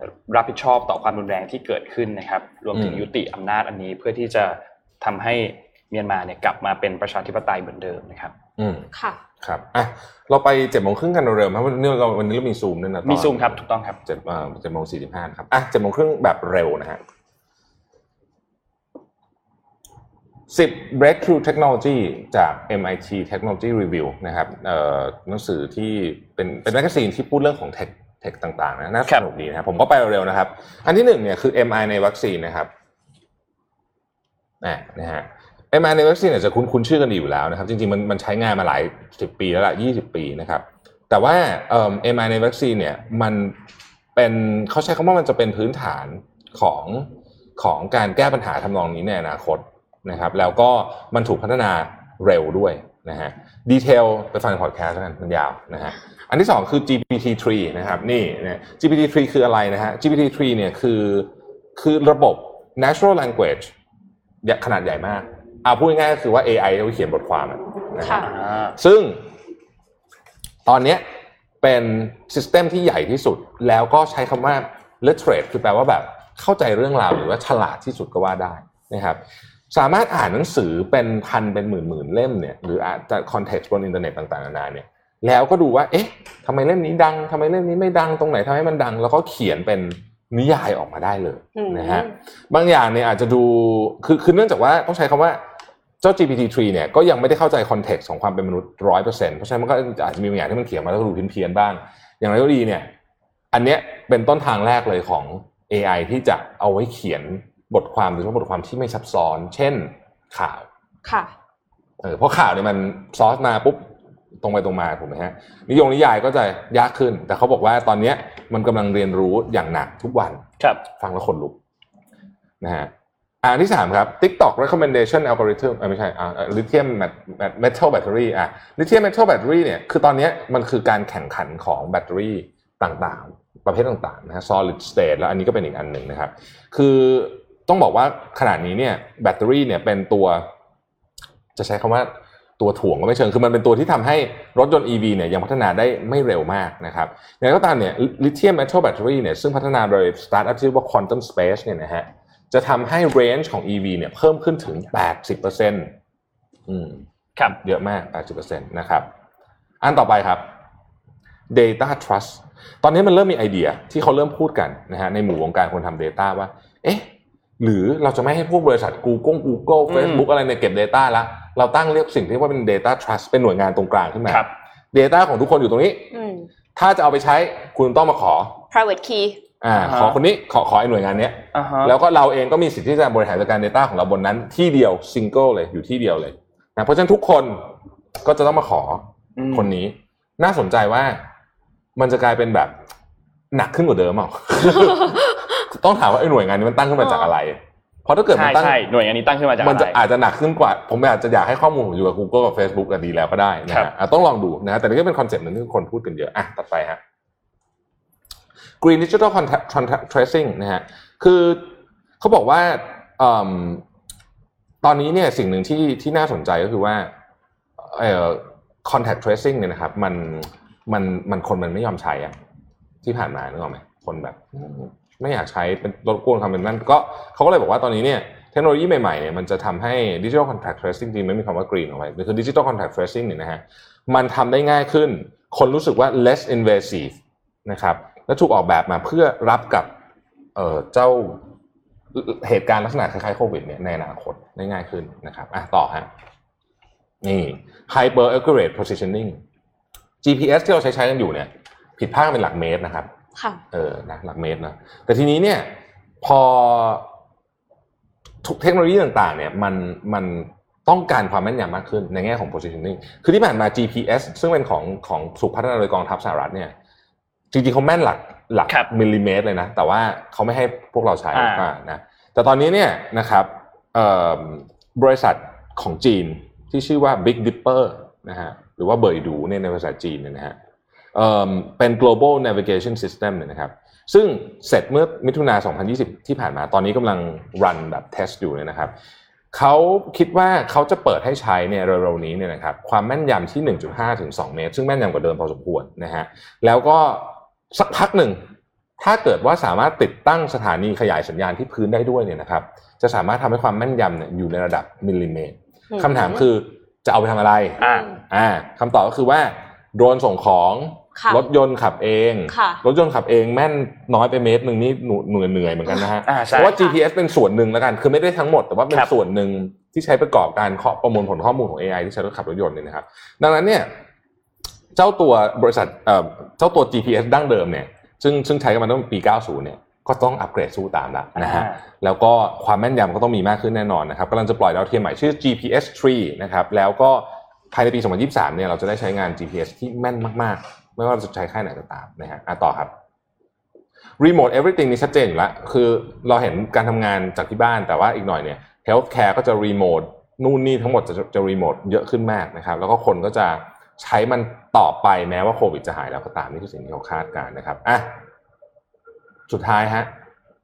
รับผิดชอบต่อความรุนแรงที่เกิดขึ้นนะครับรวมถึงยุติอำนาจอันนี้เพื่อที่จะทำให้เมียนมาเนี่ยกลับมาเป็นประชาธิปไตยเหมือนเดิมนะครับ
อืม
ค่ะ
ครับอ่ะเราไปเจ็ดโมงครึ่งกันเร็วๆครับวันนี้เราวันนี้เรามีซูมด้วยนะ
มีซูมครับถูกต้องครับ
เจ็ดอ่าเจ็ดโมงสี่สิบห้าครับอ่ะเจ็ดโมงครึ่งแบบเร็วนะฮะสิบ breakthrough technology จาก เอ็ม ไอ ที Technology Review นะครับเอ่อหนังสือที่เป็นเป็นแมกกาซีนที่พูดเรื่องของเทคเทคต่างๆนะน่าสนุกดีนะครับผมก็ไปเร็วๆนะครับอันที่หนึ่งเนี่ยคือ เอ็ม ไอ ในวัคซีนนะครับนะนะฮะ เอ็ม ไอ ในวัคซีนเนี่ยจะคุ้นๆชื่อกันดีอยู่แล้วนะครับจริงๆมันมันใช้งานมาหลายสิบปีแล้วล่ะยี่สิบปีนะครับแต่ว่าเอ่อ เอ็ม ไอ ในวัคซีนเนี่ยมันเป็นเขาใช้คำว่ามันจะเป็นพื้นฐานของของการแก้ปัญหาทำนองนี้ในอนาคตนะครับแล้วก็มันถูกพัฒนาเร็วด้วยนะฮะดีเทลไปฟังพอดแคสต์กันมันยาวนะฮะอันที่สองคือ จี พี ที ทรี นะครับนี่นะ จี พี ที ทรี คืออะไรนะฮะ จี พี ที ทรี เนี่ยคือคือระบบ natural language ขนาดใหญ่มากเอาพูดง่ายๆก็คือว่า เอ ไอ ที่เขียนบทความนะครับซึ่งตอนนี้เป็นซิสเต็มที่ใหญ่ที่สุดแล้วก็ใช้คำว่า literate คือแปลว่าแบบเข้าใจเรื่องราวหรือว่าฉลาดที่สุดก็ว่าได้นะครับสามารถอ่านหนังสือเป็นพันเป็นหมื่นหมื่นเล่มเนี่ยหรืออาจจะคอนเท็กซ์บนอินเทอร์เน็ตต่างๆนานาเนี่ยแล้วก็ดูว่าเอ๊ะทำไมเล่มนี้ดังทำไมเล่มนี้ไม่ดังตรงไหนทำให้มันดังแล้วก็เขียนเป็นนิยายออกมาได้เลยนะฮะบางอย่างเนี่ยอาจจะดูคือคือเนื่องจากว่าต้องใช้คำว่าเจ้า จี พี ที ทรี เนี่ยก็ยังไม่ได้เข้าใจคอนเท็กซ์ของความเป็นมนุษย์ หนึ่งร้อยเปอร์เซ็นต์ เพราะฉะนั้นมันก็อาจจะมีบางอย่างที่มันเขียนมาแล้วก็ดูเพี้ยนๆบ้างอย่างไรก็ดีเนี่ยอันเนี้ยเป็นต้นทางแรกเลยของ เอ ไอ ที่จะเอาไว้เขียนบทความหรือว่าบทความที่ไม่ซับซ้อนเช่นข่าว
ค่ะ
เออเพราะข่าวเนี่ยมันซอสมาปุ๊บตรงไปตรงมาถูกไหมฮะนิยมนิยายก็จะยากขึ้นแต่เขาบอกว่าตอนนี้มันกำลังเรียนรู้อย่างหนักทุกวัน
ครับ
ฟังแล้วขนลุกนะฮะอันที่สามครับ TikTok recommendation algorithm อ่าไม่ใช่อ่า lithium metal battery อ่ะ lithium metal battery เนี่ยคือตอนนี้มันคือการแข่งขันของแบตเตอรี่ต่างๆประเภทต่างๆนะฮะ solid state แล้วอันนี้ก็เป็นอีกอันหนึ่งนะครับคือต้องบอกว่าขนาดนี้เนี่ยแบตเตอรี่เนี่ยเป็นตัวจะใช้คำว่าตัวถ่วงก็ไม่เชิงคือมันเป็นตัวที่ทำให้รถยนต์ อี วี เนี่ยยังพัฒนาได้ไม่เร็วมากนะครับอย่างไรก็ตามเนี่ยลิเธียมเมทัลแบตเตอรี่เนี่ยซึ่งพัฒนาโดยสตาร์ทอัพชื่อว่า Quantum Space เนี่ยนะฮะจะทำให้ range ของ อี วี เนี่ยเพิ่มขึ้นถึง แปดสิบเปอร์เซ็นต์ อืม
ครับ
เยอะมาก แปดสิบเปอร์เซ็นต์ นะครับอันต่อไปครับ data trust ตอนนี้มันเริ่มมีไอเดียที่เขาเริ่มพูดกันนะฮะในหมู่วงการคนทำ data ว่าเอ๊ะหรือเราจะไม่ให้พวกบริษัท Google Google Facebook อะไรเนี่ยเก็บ data ละเราตั้งเรียกสิ่งที่ว่าเป็น data trust เป็นหน่วยงานตรงกลางขึ้นมา data ของทุกคนอยู่ตรงนี้ถ้าจะเอาไปใช้คุณต้องมาขอ
private key
อ่า uh-huh. ขอคนนี้ขอขอไอ้หน่วยงานเนี้ย
uh-huh.
แล้วก็เราเองก็มีสิทธิ์ที่จะบริหารจัดการ data ของเราบนนั้นที่เดียว single เลยอยู่ที่เดียวเลยนะเพราะฉะนั้นทุกคนก็จะต้องมาขอคนนี้น่าสนใจว่ามันจะกลายเป็นแบบหนักขึ้นกว่าเดิมอ่ะ ต้องถามว่าไอ้หน่วยงานนี้มันตั้งขึ้นมาจากอะไรเพราะถ้าเกิดมันตั้ง
ใช่หน่วยงานนี้ตั้งขึ้นมาจากอะไร
มันจะอาจจะหนักขึ้นกว่าผมอาจจะอยากให้ข้อมูลผมอยู่กับ Google กับ Facebook ก็ดีแล้วก็ได้นะฮะต้องลองดูนะแต่นี่ก็เป็นคอนเซ็ปต์นึงที่คนพูดกันเยอะอ่ะต่อไปฮะ Green Digital Contact Tracing นะฮะคือเขาบอกว่าตอนนี้เนี่ยสิ่งหนึ่งที่ที่น่าสนใจก็คือว่าเอ่อ contact tracing เนี่ยนะครับมันมันมันคนมันไม่ยอมใช้อ่ะที่ผ่านมานึกออกไหมคนแบบไม่อยากใช้เป็นรบกวนความเป็นนั่นก็เขาก็เลยบอกว่าตอนนี้เนี่ยเทคโนโลยีใหม่ๆเนี่ยมันจะทำให้ digital contact tracing จริงไม่มีคำว่า green เอาไว้คือ digital contact tracing เนี่ยนะฮะมันทำได้ง่ายขึ้นคนรู้สึกว่า less invasive นะครับและถูกออกแบบมาเพื่อรับกับเอ่อเจ้าเหตุการณ์ลักษณะคล้ายๆโควิดเนี่ยในอนาคตได้ง่ายขึ้นนะครับอ่ะต่อฮะนี่ hyper accurate positioning จี พี เอส ที่เราใช้ใช้กันอยู่เนี่ยผิดพลาดเป็นหลักเมตรนะครับ
ค่ะ
เออนะหลักเมตรนะแต่ทีนี้เนี่ยพอเทคโนโลยีต่างๆเนี่ยมันมันต้องการความแม่นยำมากขึ้นในแง่ของ positioning คือที่ผ่านมา จี พี เอส ซึ่งเป็นของของถูกพัฒนาโดยกองทัพสหรัฐเนี่ยจริงๆเขาแม่นหลักหลักมิลลิเมตรเลยนะแต่ว่าเขาไม่ให้พวกเราใช้นะแต่ตอนนี้เนี่ยนะครับบริษัทของจีนที่ชื่อว่า Big Dipper นะฮะหรือว่าเบยดูเนี่ยในภาษาจีนเนี่ยนะฮะเอ่อเป็น global navigation system เนี่ยนะครับซึ่งเสร็จเมื่อมิถุนายนสองพันยี่สิบที่ผ่านมาตอนนี้กำลัง run แบบ test อยู่เนี่ยนะครับเขาคิดว่าเขาจะเปิดให้ใช้เนี่ยเร็วๆนี้เนี่ยนะครับความแม่นยำที่ หนึ่งจุดห้า ถึง สองเมตรซึ่งแม่นยำกว่าเดิมพอสมควรนะฮะแล้วก็สักพักหนึ่งถ้าเกิดว่าสามารถติดตั้งสถานีขยายสัญญาณที่พื้นได้ด้วยเนี่ยนะครับจะสามารถทำให้ความแม่นยำเนี่ยอยู่ในระดับมิลลิเมตรคำถามคือจะเอาไปทำอะไรอ่าอ่าคำตอบก็คือว่าโดรนส่งของรถยนต์ขับเองรถยนต์ขับเองแม่นน้อยไปเมตรนึงนี่เหนื่อยเหนื่อยเหมือนกันนะฮะเพราะว่า จี พี เอส เป็นส่วนหนึ่งแล้วกันคือไม่ได้ทั้งหมดแต่ว่าเป็นส่วนหนึ่งที่ใช้ประกอบการประมวลผลข้อมูลของ เอ ไอ ที่ใช้รถขับรถยนต์เนี่ยนะครับดังนั้นเนี่ยเจ้าตัวบริษัทเอ่อเจ้าตัว จี พี เอส ดั้งเดิมเนี่ยซึ่งซึ่งใช้กันมาตั้งแต่ปีเก้าสิบเนี่ยก็ต้องอัปเกรดสู้ตามแล้วนะฮะแล้วก็ความแม่นยำก็ต้องมีมากขึ้นแน่นอนนะครับกำลังจะปล่อยดาวเทียมใหม่ชื่อ จี พี เอส ทรี นะครับแล้วก็ภายในปีสองพันยี่สิบสามเนี่ยเราจะได้ใช้งาน จี พี เอส ที่แม่นมากๆไม่ว่าจะใช้ค่ายไหนก็ตามนะฮะอ่ะต่อครับ Remote Everything นี่ชัดเจนอยู่แล้วคือเราเห็นการทำงานจากที่บ้านแต่ว่าอีกหน่อยเนี่ย Healthcare ก็จะ Remote นู่นนี่ทั้งหมดจะจะ Remote เยอะขึ้นมากนะครับแล้วก็คนก็จะใช้มันต่อไปแม้ว่าโควิดจะหายแล้วก็ตามนี่คือสิ่งที่เขาคาดการณ์นะครับอ่ะสุดท้ายฮะ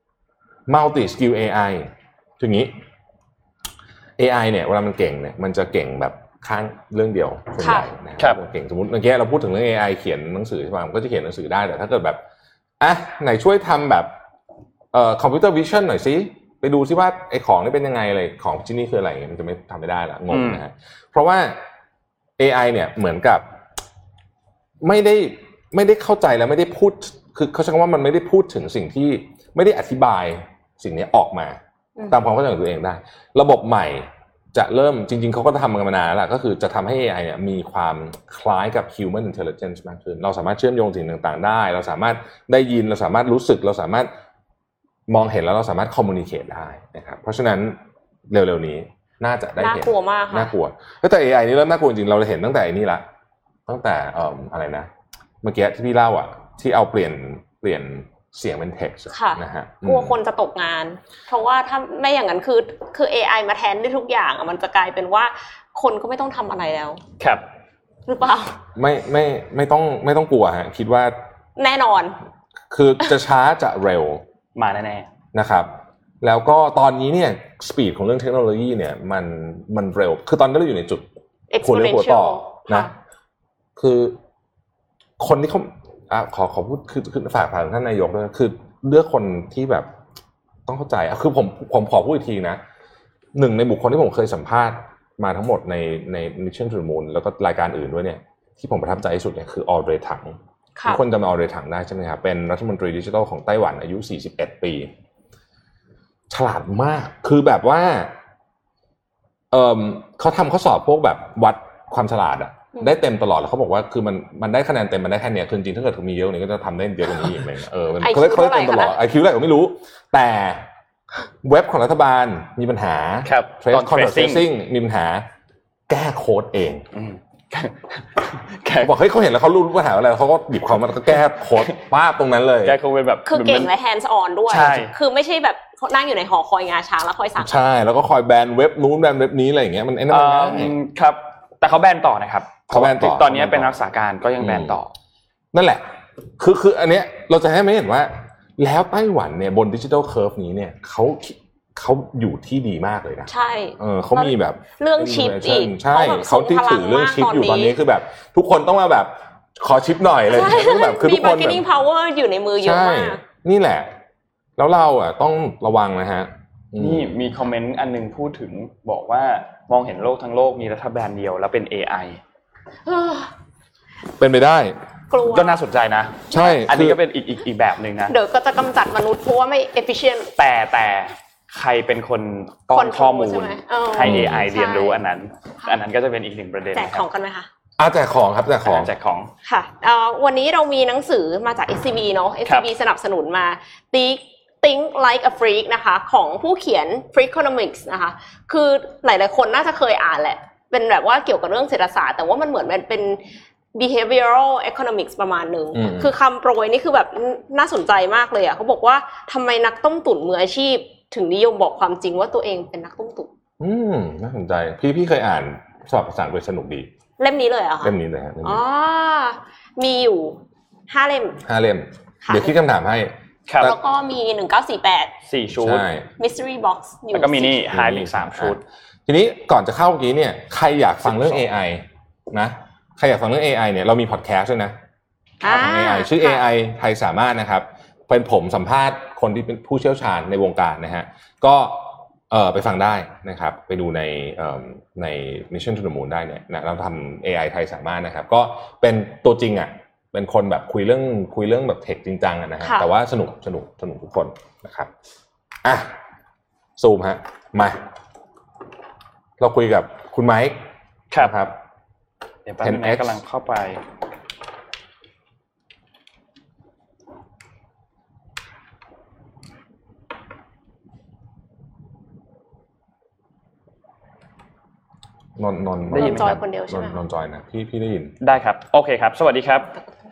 Multi Skill เอ ไอ คืออย่างนี้ เอ ไอ เนี่ยเวลามันเก่งเนี่ยมันจะเก่งแบบข้างเรื่องเดียวส่วนใหญ่นะครับเก่งสมมุติเมื่อกี้เราพูดถึงเรื่อง เอ ไอ เขียนหนังสือใช่ไหมมันก็จะเขียนหนังสือได้แต่ถ้าเกิดแบบอ่ะไหนช่วยทำแบบเอ่อคอมพิวเตอร์วิชั่นหน่อยสิไปดูซิว่าไอ้ของนี่เป็นยังไงอะไรของชิ้นนี้คืออะไรมันจะไม่ทำไม่ได้ละงงนะฮะเพราะว่า เอ ไอ เนี่ยเหมือนกับไม่ได้ไม่ได้เข้าใจแล้วไม่ได้พูดคือเขาใช้คำว่ามันไม่ได้พูดถึงสิ่งที่ไม่ได้อธิบายสิ่งนี้ออกมาตามความเข้าใจของตัวเองได้ระบบใหม่จะเริ่มจริงๆเขาก็ทำกันมานานแล้วล่ะก็คือจะทำให้ เอ ไอ เนี่ยมีความคล้ายกับ human intelligence มากขึ้นเราสามารถเชื่อมโยงสิ่งต่างๆได้เราสามารถได้ยินเราสามารถรู้สึกเราสามารถมองเห็นแล้วเราสามารถ communicate ได้นะครับเพราะฉะนั้นเร็วๆนี้น่าจะได้เห็น
น่ากลัวมากค่ะ
น่ากลัวแต่ เอ ไอ นี่เริ่มน่ากลัวจริงๆเราเห็นตั้งแต่นี่ละตั้งแต่เอ่ออะไรนะเมื่อกี้ที่พี่เล่าอ่ะที่เอาเปลี่ยนเปลี่ยนเสียงเป็น text นะฮะ
กลัวคนจะตกงานเพราะว่าถ้าไม่อย่างนั้นคือคือ เอ ไอ มาแทนได้ทุกอย่างอ่ะมันจะกลายเป็นว่าคนก็ไม่ต้องทำอะไรแล้ว
ครับ
หรือเปล่า
ไม่ไม่ไม่ต้องไม่ต้องกลัวฮะคิดว่า
แน่นอน
คือจะช้าจะเร็ว
มาแน่
ๆนะครับแล้วก็ตอนนี้เนี่ยสปีดของเรื่องเทคโนโลยีเนี่ยมันมันเร็วคือตอนนี้เราอยู่ในจุดหัวเรือหัวต่อนะคือคนที่เขาอ่ะขอขอพูดคือคือฝากผ่านท่านนายกด้วยคือเลือกคนที่แบบต้องเข้าใจอ่ะคือผมผมขอพูดอีกทีนะหนึ่งในบุคคลที่ผมเคยสัมภาษณ์มาทั้งหมดในใน Mission to the Moon แล้วก็รายการอื่นด้วยเนี่ยที่ผมประทับใจที่สุดเนี่ยคือออเดรถังทุกคนจำออเดรถังได้ใช่ไหมครับเป็นรัฐมนตรีดิจิทัลของไต้หวันอายุสี่สิบเอ็ดปีฉลาดมากคือแบบว่าเอ่อเขาทำข้อสอบพวกแบบวัดความฉลาดอ่ะได้เต็มตลอดแล้วเขาบอกว่าคือมันมันได้คะแนนเต็มมันได้แค่เนี้ยคือจริงถ้าเกิดมีเยอะกว่านี้ก็จะทำได้เยอะกว่านี้อีกเลยเออมันเขาเขาได้เต็มตลอด ไอ คิว เท่าไหร่ก็ไม่รู้แต่เว็บของรัฐบาลมีปัญหา
trace
contact tracing มีปัญหาแก้โค้ดเองบอกเฮ้ยเขาเห็นแล้วเขารู้ปัญหาอะไรเขาก็หยิบเขามาแล้วก็แก้โค้ดป้าตรงนั้นเลย
แก้โค้ดเป็นแบบ
คือเก่งและ hands on ด้วยคือไม่ใช่แบบนั่งอยู่ในหอคอยงาช้างแล้วคอยสั่ง
ใช่แล้วก็คอยแบนเว็บนู้นแบนเว็บนี้อะไรอย่างเงี้ยมันไอ้นั่นมันง่าย
ครับแต่เขาแบนต่อนะครับ
เขาแบนต่อ
ตอนนี้เป็นรักษาการก็ยังแบนต่อ
นั่นแหละคือคืออันเนี้ยเราจะให้ไม่เห็นว่าแล้วไต้หวันเนี่ยบนดิจิทัลเคอร์ฟนี้เนี่ยเขาเขาอยู่ที่ดีมากเลยนะ
ใช่
เออเขามีแบบ
เรื่องชิปอีก
ใช่เขาที่ถือเรื่องชิปอยู่ตอนนี้คือแบบทุกคนต้องมาแบบขอชิปหน่อยเลยต้องแบบคือทุกคน
มี bargaining power อยู่ในมือเยอะมาก
นี่แหละแล้วเราอ่ะต้องระวังนะฮะ
นี่มีคอมเมนต์อันนึงพูดถึงบอกว่ามองเห็นโลกทั้งโลกมีรัฐบาลเดียวแล้วเป็น เอ ไอ
เป็นไปได้
ก็น่าสนใจนะ
ใช่
อันนี้ก็เป็นอีกอีกอีกแบบนึงนะ
เดี๋ยวก็จะกำจัดมนุษย์เพราะว่าไม่ efficient
แต่แต่ใครเป็นคนป้อนข้อมูลให้ เอ ไอ เรียนรู้อันนั้นอันนั้นก็จะเป็นอีกหนึ่งประเด็น
แจกของกันไหมคะ
อ่ะแจกของครับแจกของ
แจกของ
ค่ะวันนี้เรามีหนังสือมาจาก เอส ซี บี เนาะ เอส ซี บี สนับสนุนมา Think Like a Freak นะคะของผู้เขียน Freakonomics นะคะคือหลายๆคนน่าจะเคยอ่านแหละเป็นแบบว่าเกี่ยวกับเรื่องเศรษฐศาสตร์แต่ว่ามันเหมือนมันเป็น behavioral economics ประมาณนึงคือคำโปรยนี่คือแบบน่าสนใจมากเลยอ่ะเขาบอกว่าทำไมนักต้มตุ๋นมืออาชีพถึงนิยมบอกความจริงว่าตัวเองเป็นนักต้มตุ๋น
อืมน่าสนใจพี่พี่เคยอ่านสอบภาษาอังกฤษสนุกดี
เล่มนี้เลยเหรอคะ
เล่มนี้เลยครับ
อ๋อมีอยู่ห้าเล่ม
ห้าเล่มเดี๋ยวคิดคำถามให้
แล้วก็มีหนึ่งเก้าสี่แปด
สี่ชุด
mystery box อยู่
แล้วก็มีนี่ high อีกสามชุด
ทีนี้ก่อนจะเข้าเมื่อกี้เนี่ยใครอยากฟังเรื่อง เอ ไอ นะใครอยากฟังเรื่อง เอ ไอ เนี่ยเรามีพอดแคสต์ด้วยนะของ เอ ไอ ชื่อ เอ ไอ ไทยสามารถนะครับเป็นผมสัมภาษณ์คนที่เป็นผู้เชี่ยวชาญในวงการนะฮะก็เอ่อไปฟังได้นะครับไปดูในเอ่อใน Mission to the Moon ได้เนี่ยนะเราทำ เอ ไอ ไทยสามารถนะครับก็เป็นตัวจริงอ่ะเป็นคนแบบคุยเรื่องคุยเรื่องแบบเทคจริงจังนะฮะแต่ว่าสนุกสนุกสนุกทุกคนนะครับอ่ะซูมฮะมาเราคุยกับคุณไมค์ครับ
เดี๋ยวแป๊บนึงนะกำลังเข้าไป
นนนน
ได้ยินไหมครับคนเดียวใช่ไหม
นนจอยนะพี่พี่ได้ยิน
ได้ครับโอเคครับสวัสดีครับ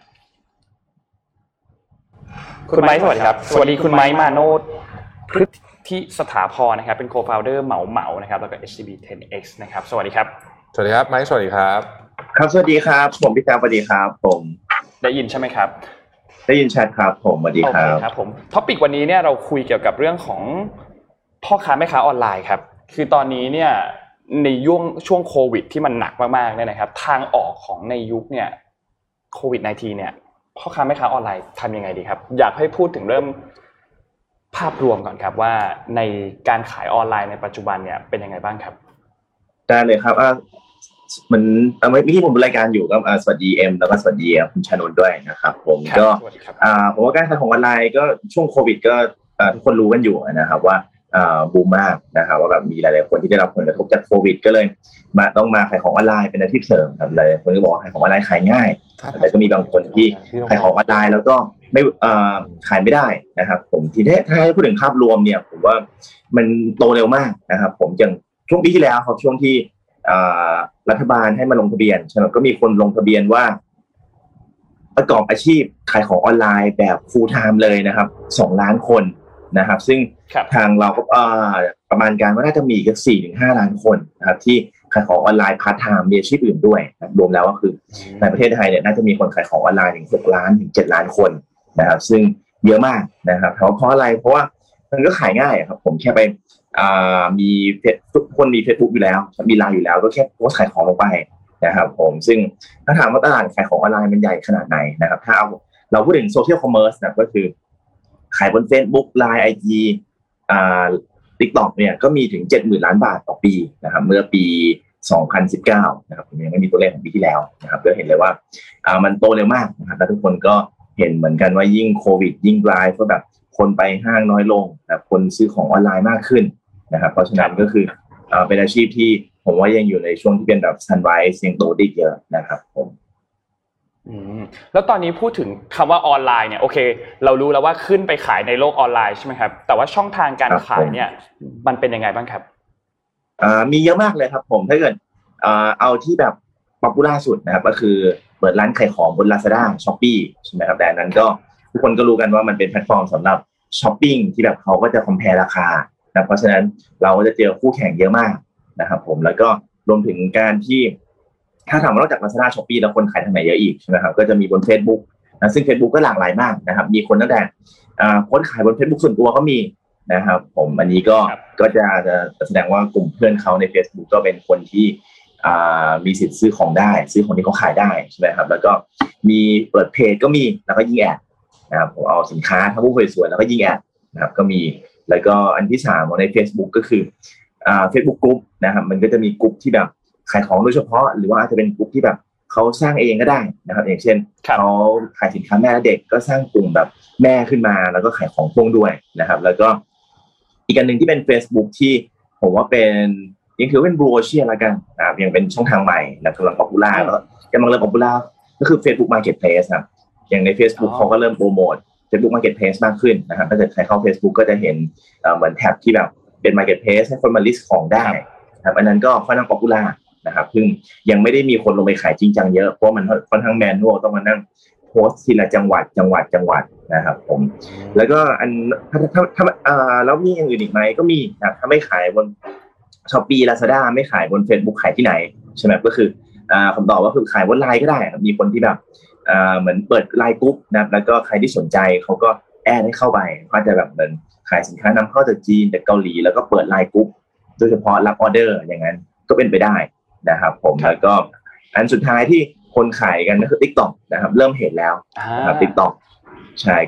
คุณไมค์สวัสดีครับสวัสดีคุณไมค์มาโนชพฤทธิสถาพรนะครับเป็นโคฟาวเดอร์เหมาเหมานะครับแล้วก็ เอช ซี บี เท็น เอ็กซ์ นะครับสวัสดีครับ
สวัสดีครับไมค์สวัสดีครับ
ครับสวัสดีครับผมพี่แจ๊คสวัสดีครับผม
ได้ยินใช่ไหมครับ
ได้ยินชัดครับผมสวัสดีครับ
โอเคครับผมท็อปิกวันนี้เนี่ยเราคุยเกี่ยวกับเรื่องของพ่อค้าแม่ค้าออนไลน์ครับคือตอนนี้เนี่ยในช่วงช่วงโควิดที่มันหนักมากๆเนี่ยนะครับทางออกของในยุคเนี่ยโควิด สิบเก้า เนี่ยพ่อค้าแม่ค้าออนไลน์ทำยังไงดีครับอยากให้พูดถึงเริ่มภาพรวมก่อนครับว่าในการขายออนไลน์ในปัจจุบันเนี่ยเป็นยังไงบ้างครับ
ได้เลยครับอ่าเหมือนเมื่อกี้ผมดูรายการอยู่ก็สวัสดีเอ็มแล้วก็สวัสดีคุณชานนท์ด้วยนะครับผมก็อ่าผมว่าการขายของออนไลน์ก็ช่วงโควิดก็ทุกคนรู้กันอยู่นะครับว่าอ่าบูมมากนะครับว่าแบบมีหลายๆคนที่ได้รับผลกระทบจากโควิดก็เลยมาต้องมาขายของออนไลน์เป็นอาชีพเสริมครับหลายคนก็บอกขายของออนไลน์ขายง่ายแต่ก็มีบางคนที่ขายของออนไลน์แล้วก็ไม่อ่าขายไม่ได้นะครับผมทีนี้ถ้าให้พูดถึงภาพรวมเนี่ยผมว่ามันโตเร็วมากนะครับผมอย่างช่วงปีที่แล้วครับช่วงที่รัฐบาลให้มาลงทะเบียนใช่ไหมก็มีคนลงทะเบียนว่าประกอบอาชีพขายของออนไลน์แบบ full time เลยนะครับสองล้านคนนะครับซึ่งทางเราก็ประมาณการว่าน่าจะมีอีก สี่ถึงห้า ล้านคนนะครับที่ขายของออนไลน์พาร์ทไทม์มีอาชีพอื่นด้วยนะรวมแล้วก็คือในประเทศไทยเนี่ยน่าจะมีคนขายของออนไลน์ถึงหกล้านถึงเจ็ดล้านคนนะครับซึ่งเยอะมากนะครับเพราะเพราะอะไรเพราะว่ามันก็ขายง่ายครับผมแค่ไปมีทุกคนมี Facebook อยู่แล้วมี ไลน์ อยู่แล้วก็แค่โพสต์ขายของลงไปนะครับผมซึ่งถ้าถามว่าตลาดขายของออนไลน์มันใหญ่ขนาดไหนนะครับถ้าเอาเราพูดถึงโซเชียลคอมเมอร์สนะก็คือขายบน Facebook ไลน์ ไอ จี อ่า TikTok เนี่ยก็มีถึง เจ็ดหมื่น ล้านบาทต่อปีนะครับเมื่อปีสองพันสิบเก้านะครับผมยังไม่มีตัวเลขของปีที่แล้วนะครับก็เห็นเลยว่าอ่ามันโตเร็วมากนะครับแล้วทุกคนก็เห็นเหมือนกันว่ายิ่งโควิดยิ่งไลฟ์ก็แบบคนไปห้างน้อยลงนะครับคนซื้อของออนไลน์มากขึ้นนะครับเพราะฉะนั้นก็คืออ่าเป็นอาชีพที่ผมว่ายังอยู่ในช่วงที่เป็นแบบซันไรส์ยังโตได้เยอะนะครับผม
อืมแล้วตอนนี้พูดถึงคำว่าออนไลน์เนี่ยโอเคเรารู้แล้วว่าขึ้นไปขายในโลกออนไลน์ใช่ไหมครับแต่ว่าช่องทางการขายเนี่ยมันเป็นยังไงบ้างครับ
อ่ามีเยอะมากเลยครับผมถ้าเกิดอ่าเอาที่แบบป๊อปปูล่าสุดนะครับก็คือเปิดร้านขายของบน Lazada Shopee ใช่ไหมครับแต่นั้นก็ทุกคนก็รู้กันว่ามันเป็นแพลตฟอร์มสำหรับช้อปปิ้งที่แบบเขาก็จะคอมเพลราคานะเพราะฉะนั้นเราก็จะเจอคู่แข่งเยอะมากนะครับผมแล้วก็รวมถึงการที่ถ้าถามว่านอกจาก Lazada Shopee แล้วคนขายทางไหนเยอะอีกใช่ไหมครับก็จะมีบน Facebook นะซึ่ง Facebook ก็หลากหลายมากนะครับมีคนตั้งแต่อ่าโพสต์ขายบน Facebook ส่วนตัวก็มีนะครับผมอันนี้ก็ก็จะแสดงว่ากลุ่มเพื่อนเขาใน Facebook ก็เป็นคนที่อ่ามีสิทธิ์ซื้อของได้ซื้อของที่เขาขายได้ใช่ไหมครับแล้วก็มีเปิดเพจก็มีแล้วก็ยิงแอดนะครับผมเอาสินค้าทั้งรูปสวยๆแล้วก็ยิงแอดนะครับก็มีแล้วก็อันที่สามใน Facebook ก็คืออ่า Facebook Group นะครับมันก็จะมีกลุ่มที่แบบขายของโดยเฉพาะหรือว่าอาจจะเป็นกลุ่มที่แบบเขาสร้างเองก็ได้นะครับอย่างเช่นเขาขายสินค้าแม่และเด็กก็สร้างกลุ่มแบบแม่ขึ้นมาแล้วก็ขายของพ่วงด้วยนะครับแล้วก็อีกอันนึงที่เป็น Facebook ที่ผมว่าเป็นยังถือเป็นบลูโอเชียนละกันนะครับยังเป็นช่องทางใหม่และกำลังป๊อปปูล่าแล้วกำลังเริ่มป๊อปปูล่าก็คือ Facebook Marketplace ครับอย่างใน Facebook เขาก็เริ่มโปรโมท Facebook Marketplace มากขึ้นนะครับถ้าเกิดใครเข้า Facebook ก็จะเห็นเหมือนแท็บที่แบบเป็น Marketplace ให้คนมาลิสต์ของได้ครับอันนั้นก็ค่อนข้างป๊อปปูล่านะครับซึ่งยังไม่ได้มีคนลงไปขายจริงจังเยอะเพราะมันค่อนข้างแมนนวลต้องมานั่งโพสต์ทีละจังหวัดจังหวัดจังหวัดนะครับผมแล้วก็อันถ้าถ้าถ้าอ่าแล้วมีอย่างอื่นอีกไหมก็มีนะถ้าไม่ขายบน Shopee Lazada ไม่ขายบน Facebook ขายที่ไหนใช่ไหมก็คืออ่าคำตอบว่าคือขายบน ไลน์ ก็ได้ครับมีคนที่แบบอ่าเหมือนเปิด ไลน์ กรุ๊ปนะแล้วก็ใครที่สนใจเขาก็แอดให้เข้าไปเขาจะแบบเหมือนขายสินค้านำเข้าจากจีนจากเกาหลีแล้วก็เปิด ไลน์ กรุ๊ปโดยเฉพาะรับออเดอร์อย่างนั้นก็เป็นไปได้นะครับผมแล้วก็อันสุดท้ายที่คนขายกันก็คือ TikTok นะครับเริ่มเห็นแล้วนะครับ TikTok ใช่ก็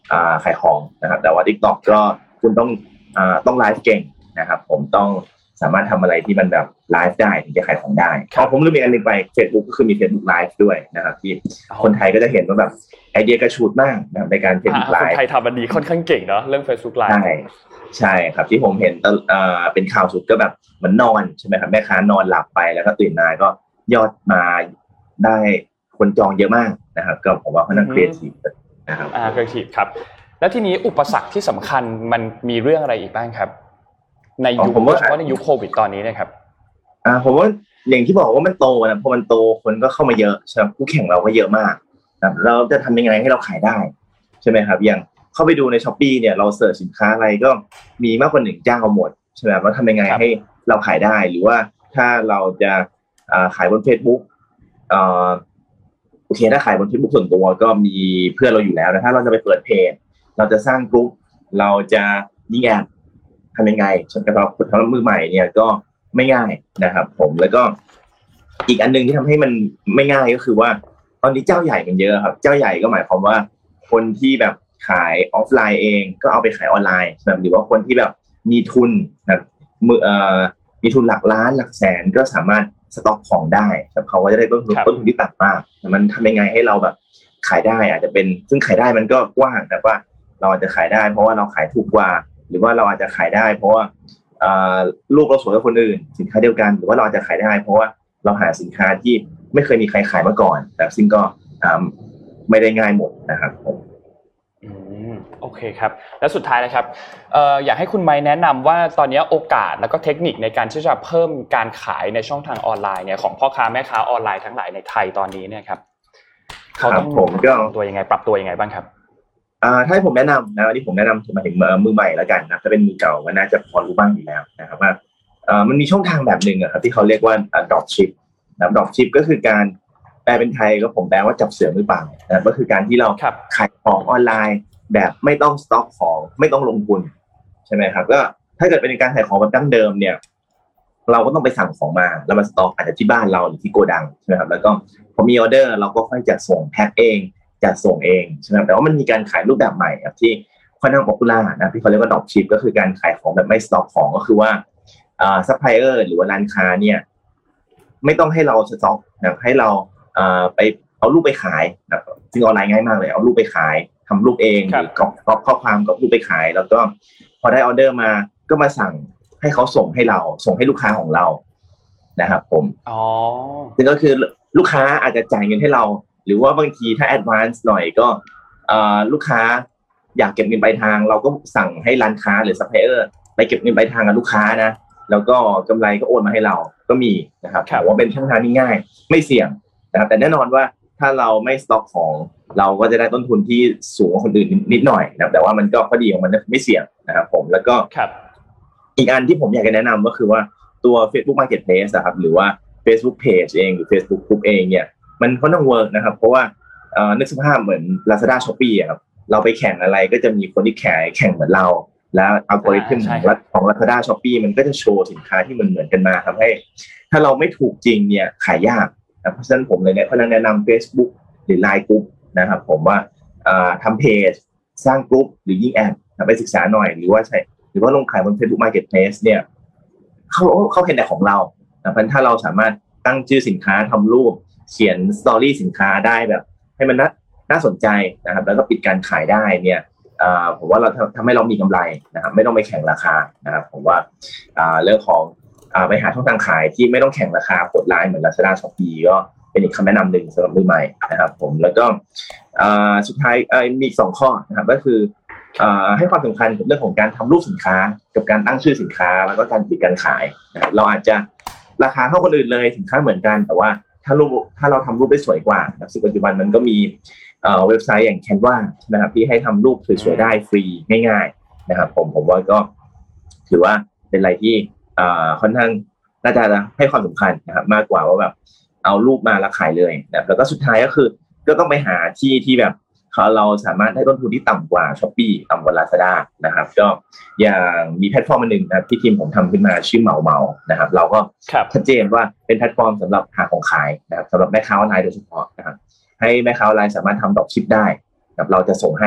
อ่าขายของนะครับแต่ว่า TikTok ก็คุณต้องอ่าต้องไลฟ์เก่งนะครับผมต้องสามารถทำอะไรที่มันแบบไลฟ์ได้ถึงจะขายของได้พอผมลืมอีกอันนึงไป Facebook ก็คือมี Facebook Live ด้วยนะครับที่คนไทยก็จะเห็นว่าแบบไอเดียกระชูดมากนะครับในการ Facebook Live
คนไทยทำมันดีค่อนข้างเก่งเนาะเรื่อง Facebook Live
ใช่ใช่ครับที่ผมเห็นเอ่อเป็นข่าวสุดก็แบบเหมือนนอนใช่ไหมครับแม่ค้านอนหลับไปแล้วก็ตื่นมาก็ยอดมาได้คนจองเยอะมากนะครับก็ผมว่าเขานั่งครีเอทีฟนะครับ
อ่าครีเอทีฟครับแล้วทีนี้อุปสรรคที่สำคัญมันมีเรื่องอะไรอีกบ้างครับในยุคโดยเฉพาะในยุคโควิดตอนนี้นะครับ
อ่าผมว่าอย่างที่บอกว่ามันโตนะพอมันโตคนก็เข้ามาเยอะใช่ไหมคู่แข่งเราก็เยอะมากนะเราจะทำยังไงให้เราขายได้ใช่ไหมครับอย่างเข้าไปดูใน Shopee เนี่ยเราเสิร์ชสินค้าอะไรก็มีมากกว่าหนึ่งเจ้าหมดใช่ไหมว่าทำยังไงให้เราขายได้หรือว่าถ้าเราจะอ่าขายบน Facebook อ่าโอเคถ้าขายบน Facebook ส่วนตัวก็มีเพื่อนเราอยู่แล้วนะถ้าเราจะไปเปิดเพจเราจะสร้างกลุ่มเราจะยิงแอดทำยังไงสำหรับคนทำมือใหม่เนี่ยก็ไม่ง่ายนะครับผมแล้วก็อีกอันนึงที่ทำให้มันไม่ง่ายก็คือว่าตอนนี้เจ้าใหญ่มันเยอะครับเจ้าใหญ่ก็หมายความว่าคนที่แบบขายออฟไลน์เองก็เอาไปขายออนไลน์แบบหรือว่าคนที่แบบมีทุนนะมือเอ่อมีทุนหลักล้านหลักแสนก็สามารถสต็อกของได้แต่เขาก็จะได้ต้นทุนต้นทุนที่ต่ำมากมันทำยังไงให้เราแบบขายได้อาจจะเป็นซึ่งขายได้มันก็กว้างแต่ว่าเราอาจจะขายได้เพราะว่าเราขายถูกกว่าหรือว่าเราอาจจะขายได้เพราะว่าลูกเราสวยกว่าคนอื่นสินค้าเดียวกันหรือว่าเราอาจจะขายได้เพราะว่าเราหาสินค้าที่ไม่เคยมีใครขายมาก่อนแต่ซึ่งก็ไม่ได้ง่ายหมดนะครับผม
อืมโอเคครับแล้วสุดท้ายนะครับเอ่ออยากให้คุณไมค์แนะนำว่าตอนนี้โอกาสแล้วก็เทคนิคในการที่จะเพิ่มการขายในช่องทางออนไลน์เนี่ยของพ่อค้าแม่ค้าออนไลน์ทั้งหลายในไทยตอนนี้เนี่ยครับเขาต้อง
ผมก็
ตัวยังไงปรับตัวยังไงบ้างครับ
อ่าถ้าให้ผมแนะนำนะวันนี้ผมแนะนำมาถึงมือใหม่แล้วกันนะถ้าเป็นมือเก่าก็น่าจะพอรู้บ้างอยู่แล้วนะครับว่าเอ่อมันมีช่องทางแบบหนึ่งอะครับที่เขาเรียกว่า dropship นะ dropship ก็คือการแปลเป็นไทยก็ผมแปลว่าจับเสือมือเปล่านะก็คือการที่เราขายของออนไลน์แบบไม่ต้องสต็อกของไม่ต้องลงทุนใช่ไหมครับก็ถ้าเกิดเป็นการขายของแบบดั้งเดิมเนี่ยเราก็ต้องไปสั่งของมาแล้วมาสต็อกอาจจะที่บ้านเราหรือที่โกดังใช่ไหมครับแล้วก็พอมีออเดอร์เราก็ค่อยจัดส่งแพ็คเองจัดส่งเองใช่ไหมแต่ว่ามันมีการขายรูปแบบใหม่ครับที่ค่อนข้างป๊อปปูล่านะที่เขาเรียกว่าดรอปชิปก็คือการขายของแบบไม่สต็อกของก็คือว่าอ่าซัพพลายเออร์หรือว่าร้านค้าเนี่ยไม่ต้องให้เราสต็อกนะให้เราอ่าไปเอารูปไปขายนะซึ่งออนไลน์ง่ายมากเลยเอารูปไปขายทำรูปเองหรือก๊อปก๊อปข้อความกับรูปไปขายแล้วก็พอได้ออเดอร์มาก็มาสั่งให้เขาส่งให้เราส่งให้ลูกค้าของเรานะครับผม
อ๋อ
ซึ่งก็คือลูกค้าอาจจะจ่ายเงินให้เราหรือว่าบางทีถ้าแอดวานซ์หน่อยก็ลูกค้าอยากเก็บเงินปลายทางเราก็สั่งให้ร้านค้าหรือซัพพลายเออร์ไปเก็บเงินปลายทางกับลูกค้านะแล้วก็กำไรก็โอนมาให้เราก็มีนะครับถือว่าเป็นช่องทางที่ง่ายไม่เสี่ยงนะครับแต่แน่นอนว่าถ้าเราไม่สต็อกของเราก็จะได้ต้นทุนที่สูงกว่าคนอื่นนิดหน่อยนะแต่ว่ามันก็ข้อดีของมันไม่เสี่ยงนะครับผมแล้วก็อีกอันที่ผมอยากจะแนะนำก็คือว่าตัว Facebook Marketplace นะครับหรือว่า Facebook Page เองหรือ Facebook Group เองเนี่ยมันค่อนข้างเวิร์กนะครับเพราะว่าเอ่อนึกสภาพเหมือน Lazada Shopee อ่ะครับเราไปแข่งอะไรก็จะมีคนที่แข่งแข่งเหมือนเราแล้วอัลกอริทึมของ Lazada Shopee มันก็จะโชว์สินค้าที่มันเหมือนกันมาทำให้ถ้าเราไม่ถูกจริงเนี่ยขายยากนะเพราะฉะนั้นผมเลยเนี่ยพนักแนะนำ Facebook หรือ ไลน์ Group นะครับผมว่าอ่าทำเพจสร้างกลุ่มหรือยิงแอดไปศึกษาหน่อยหรือว่าใช่หรือว่าลงขายบน Facebook Marketplace เนี่ยเขาเขาเห็นแต่ของเรานะเพราะถ้าเราสามารถตั้งชื่อสินค้าทำรูปเขียนสตอรี่สินค้าได้แบบให้มันน่าน่าสนใจนะครับแล้วก็ปิดการขายได้เนี่ยผมว่าเราทำให้เรามีกำไรนะครับไม่ต้องไปแข่งราคานะครับผมว่าเรื่องของไปหาช่องทางขายที่ไม่ต้องแข่งราคาโหดร้ายเหมือน Lazada Shopee ก็เป็นอีกคำแนะนำหนึ่งสำหรับมือใหม่นะครับผมแล้วก็สุดท้ายมีอีกสองข้อนะครับก็คือให้ความสำคัญกับเรื่องของการทำรูปสินค้ากับการตั้งชื่อสินค้าแล้วก็การปิดการขายนะครับเราอาจจะราคาเท่าคนอื่นเลยสินค้าเหมือนกันแต่ว่าถ้ารูปถ้าเราทำรูปได้สวยกว่าในปัจจุบันมันก็มีเว็บไซต์อย่าง Canva นะครับที่ให้ทำรูปสวยๆได้ฟรีง่ายๆนะครับผมผมว่าก็ถือว่าเป็นอะไรที่ค่อนข้างน่าจะให้ความสำคัญนะครับมากกว่าว่าแบบเอารูปมาแล้วขายเลยนะแล้วก็สุดท้ายก็คือก็ต้องไปหาที่ที่แบบเขาเราสามารถได้ต้นทุนที่ต่ำกว่า Shopee ต่ำกว่า Lazada นะครับก็อย่างมีแพลตฟอร์มนึงนะครับที่ทีมผมทำขึ้นมาชื่อเหมาเหมานะครับเราก็ชัดเจนว่าเป็นแพลตฟอร์มสำหรับหาของขายนะครับสำหรับแม่ค้าออนไลน์โดยเฉพาะนะครับให้แม่ค้าออนไลน์สามารถทำดรอปชิปได้นะครับเราจะส่งให้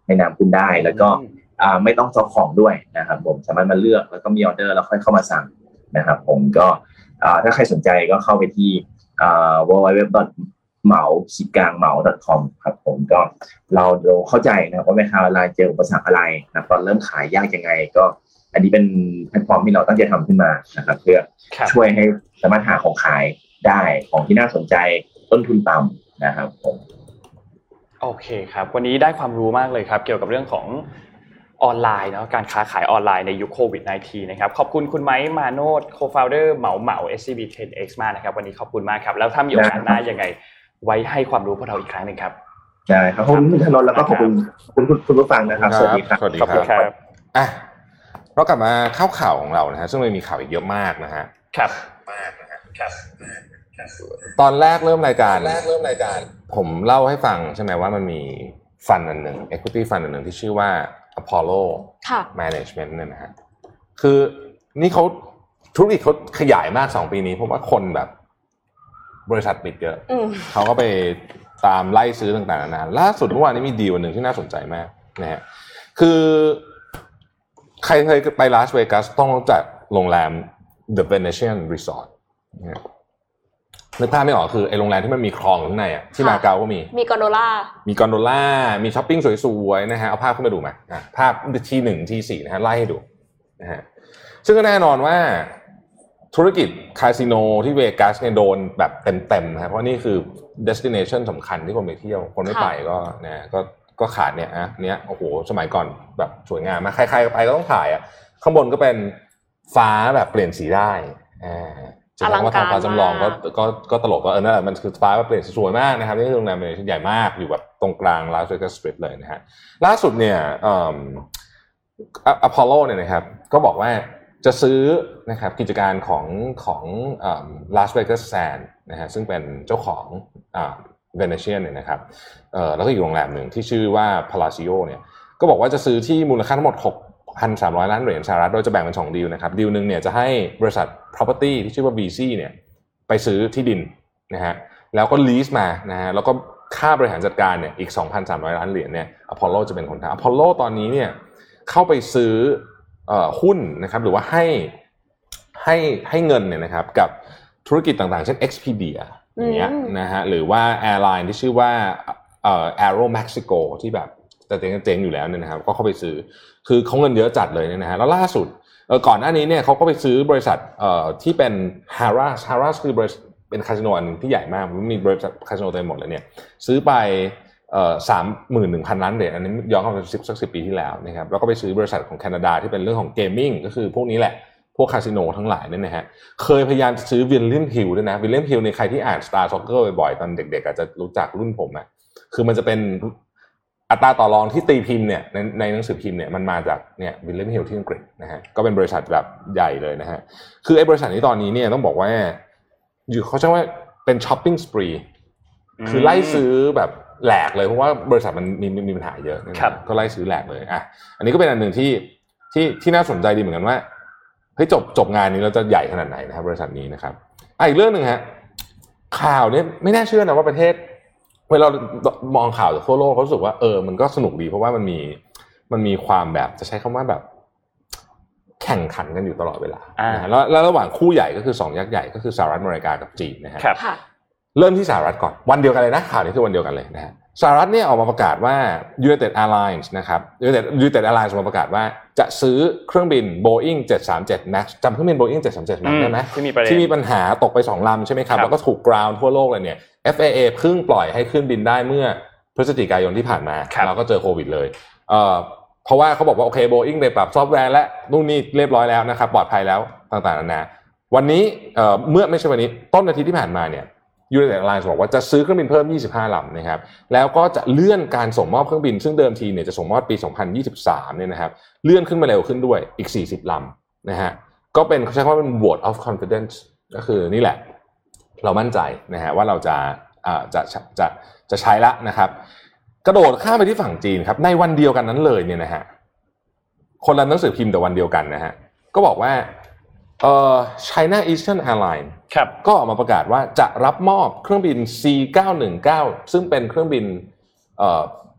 ในนามคุณได้แล้วก็อ่าไม่ต้องซ็อกของด้วยนะครับผมสามารถมาเลือกแล้วก็มีออเดอร์แล้วค่อยเข้ามาสั่งนะครับผมก็อ่าถ้าใครสนใจก็เข้าไปที่อ่า ดับเบิลยู ดับเบิลยู ดับเบิลยู ดอท เหมาขีดกลางเหมา ดอท คอม ครับผมก็เราเราเข้าใจนะครับว่าแม่ค้าออนไลน์เจออุปสรรคอะไรนะตอนเริ่มขายยากยังไงก็อันนี้เป็นแพลตฟอร์มที่เราตั้งใจทำขึ้นมานะครับเพื่อช่วยให้สามารถหาของขายได้ของที่น่าสนใจต้นทุนต่ำนะครับผม
โอเคครับวันนี้ได้ความรู้มากเลยครับเกี่ยวกับเรื่องของออนไลน์เนาะการค้าขายออนไลน์ในยุคโควิด สิบเก้า นะครับขอบคุณคุณไมค์มาโนด Co-founder เหมาเหมา เอส ซี บี เท็น เอ็กซ์ มากนะครับวันนี้ขอบคุณมากครับแล้วถ้ามีโอกาสหน้ายังไงไว้ให้ความรู้พวกเราอีกครั้งนึงครับ
ใช่ครับขอบคุณคุณธนนท์แล้วก็ขอบคุณคุณคุณผู้ฟังนะครับสวัสดีครับ
สวัสดีครับอ่ะเรากลับมาเข้าข่าวของเรานะฮะซึ่งมันมีข่าวอีกเยอะมากนะฮะ
ครับ
มากนะฮะครับตอนแรกเริ่มรายการแรกเริ่มรายการผมเล่าให้ฟังใช่ไหมว่ามันมีฟันอันหนึ่ง equity fund อันหนึ่งที่ชื่อว่า Apollo Management เนี่ยนะฮะคือนี่เขาธุรกิจเขาขยายมากสองปีนี้เพราะว่าคนแบบบริษัทปิดเยอะเขาก็ไปตามไล่ซื้อต่างๆนานาล่าสุดเมื่อวานนี้มีดีลอันหนึ่งที่น่าสนใจมากนะฮะคือใครเคยไปลาสเวกัสต้องรู้จักโรงแรม The Venetian Resort นึกภาพไม่ออกคือไอ้โรงแรมที่มันมีคลองอยู่ข้างในอ่ะที่มาเก๊าก็มี
มีกอนโดล่า
มีกอนโดล่ามีช้อปปิ้งสวยๆนะฮะเอาภาพขึ้นมาดูมาอ่ะภาพทีหนึ่งทีสี่นะฮะไล่ให้ดูนะฮะซึ่งก็แน่นอนว่าธุรกิจคาสิโนที่เวกัสเนี่ยโดนแบบเต็มๆนะเพราะนี่คือ destination สำคัญที่คนไปเที่ยวคนไม่ไปก็นะก็ก็ขาดเนี่ยอ่ะเนี้ยโอ้โหสมัยก่อนแบบสวยงามมากใครๆไปก็ต้องถ่ายอ่ะข้างบนก็เป็นฟ้าแบบเปลี่ยนสีได้อ่าจะทำว่าทำฟ้าจำลองก็ก็ก็ตลกก็เออนั่นแหละมันคือฟ้าแบบเปลี่ยนสวยมากนะครับนี่คือโรงแรมใหญ่มากอยู่แบบตรงกลางลาสเวกัสสตรีทเลยนะฮะล่าสุดเนี่ยอ่าอพอลโลเนี่ยนะครับก็บอกว่าจะซื้อนะครับกิจการของของอ่าลาสเวกัสแซนด์นะฮะซึ่งเป็นเจ้าของอ่าเวเนเชียนเนี่ยนะครับเอ่อแล้วก็อีกโรงแรมหนึ่งที่ชื่อว่า Palacio เนี่ยก็บอกว่าจะซื้อที่มูลค่าทั้งหมดหกพันสามร้อยล้านเหรียญสหรัฐโดยจะแบ่งเป็นสองดีลนะครับดีลนึงเนี่ยจะให้บริษัท property ที่ชื่อว่า บี ซี เนี่ยไปซื้อที่ดินนะฮะแล้วก็ lease มานะฮะแล้วก็ค่าบริหารจัดการเนี่ยอีก สองพันสามร้อยล้านเหรียญเนี่ย Apollo จะเป็นคนทำ Apollo ตอนนี้เนี่ยเข้าไปซื้อเอ่อหุ้นนะครับหรือว่าให้ให้ให้เงินเนี่ยนะครับกับธุรกิจต่างๆเช่น Expedia อย่างเงี้ยนะฮะหรือว่าแอร์ไลน์ที่ชื่อว่าเอ่อ Aero Mexico ที่แบบแต่เจ๊งๆอยู่แล้วเนี่ยนะครับก็เข้าไปซื้อคือเขาเงินเยอะจัดเลยเนี่ยนะฮะแล้วล่าสุดเออก่อนหน้านี้เนี่ยเขาก็ไปซื้อบริษัทเอ่อที่เป็น Harrah's Harrah's คือบริษัทเป็นคาสิโนอันนึงที่ใหญ่มากมันมีบริษัทคาสิโนเต็มหมดเลยเนี่ยซื้อไปเอ่อ สามหมื่นหนึ่งพัน ล้านเหรียญอันนี้ย้อนกลับไปสิบสักสิบปีที่แล้วนะครับแล้วก็ไปซื้อบริษัทของแคนาดาที่เป็นเรื่องของเกมมิ่งก็คือพวกนี้แหละพวกคาสิโนทั้งหลายเนี่ยนะฮะเคยพยายามจะซื้อวิลเลียมฮิลด้วยนะวิลเลียมฮิลในใครที่อ่าน Star Soccer บ่อยๆตอนเด็กๆอาจจะรู้จักรุ่นผมอ่ะคือมันจะเป็นอัตราต่อรองที่ตีพิมพ์เนี่ยในในหนังสือพิมพ์เนี่ยมันมาจากเนี่ยวิลเลียมฮิลที่อังกฤษนะฮะก็เป็นบริษัทแบบใหญ่เลยนะฮะคือไอ้บริษัทนี้ตอนนี้เนี่ยต้องบอกว่าอยู่เขาใช้ว่าเป็นช้อปปิ้งสปรีคือไล่ซื้อแบบแหลกเลยเพราะว่าบริษัทมันมีมีปัญหาเยอะนะครับก็ไล่ซื้อแหลกเลยอ่ะอันนี้ก็เป็นอันหนึ่งที่ที่ที่น่าสนใจดีเหมือนกันว่าเฮ้ยจบจบงานนี้เราจะใหญ่ขนาดไหนนะครับบริษัทนี้นะครับอ่ะอีกเรื่องนึงฮะข่าวนี้ไม่น่าเชื่อนะว่าประเทศเวลาเรามองข่าวจากทั่วโลกเขารู้สึกว่าเออมันก็สนุกดีเพราะว่ามันมีมันมีความแบบจะใช้คำว่าแบบแข่งขันกันอยู่ตลอดเวลานะแล้วแล้วระหว่างคู่ใหญ่ก็คือสองยักษ์ใหญ่ก็คือสหรัฐอเมริกากับจีนนะฮะเริ่มที่สหรัฐก่อนวันเดียวกันเลยนะข่าวนี้คือวันเดียวกันเลยนะฮะสหรัฐเนี่ยออกมาประกาศว่า United Airlines นะครับ United United Airlines ออกมาประกาศว่าจะซื้อเครื่องบิน Boeing เจ็ดสามเจ็ด Max จำเครื่องบิน Boeing เจ็ดสามเจ็ด Max ได้ไหมที่มีที่มีปัญหาตกไปสองลำใช่ไหมครับแล้วก็ถูกกราวน์ทั่วโลกเลยเนี่ย เอฟ เอ เอ เพิ่งปล่อยให้ขึ้นบินได้เมื่อพฤศจิกายนที่ผ่านมาเราก็เจอโควิดเลยเอ่อเพราะว่าเขาบอกว่าโอเค Boeing ได้ปรับซอฟต์แวร์และนู่นนี่เรียบร้อยแล้วนะครับปลอดภัยแล้วต่างๆนานาวันนี้เอ่อเมื่อไม่ใช่วันนี้ต้นอาทิตย์ที่ผ่านมาเนี่ยUnited Airlines บอกว่าจะซื้อเครื่องบินเพิ่มยี่สิบห้าลำนะครับแล้วก็จะเลื่อนการส่งมอบเครื่องบินซึ่งเดิมทีเนี่ยจะส่งมอบปีสองพันยี่สิบสามเนี่ยนะครับเลื่อนขึ้นมาเร็วขึ้นด้วยอีกสี่สิบลำนะฮะก็เป็นเขาใช้คำว่าเป็น vote of confidence ก็คือนี่แหละเรามั่นใจนะฮะว่าเราจะอ่าจะจะจะจะใช้ละนะครับกระโดดข้ามไปที่ฝั่งจีนครับในวันเดียวกันนั้นเลยเนี่ยนะฮะคนละหนังสือพิมพ์แต่วันเดียวกันนะฮะก็บอกว่าเอ่อ China Eastern Airlines ครับก็ออกมาประกาศว่าจะรับมอบเครื่องบิน ซี เก้าหนึ่งเก้า ซึ่งเป็นเครื่องบินเอ่อ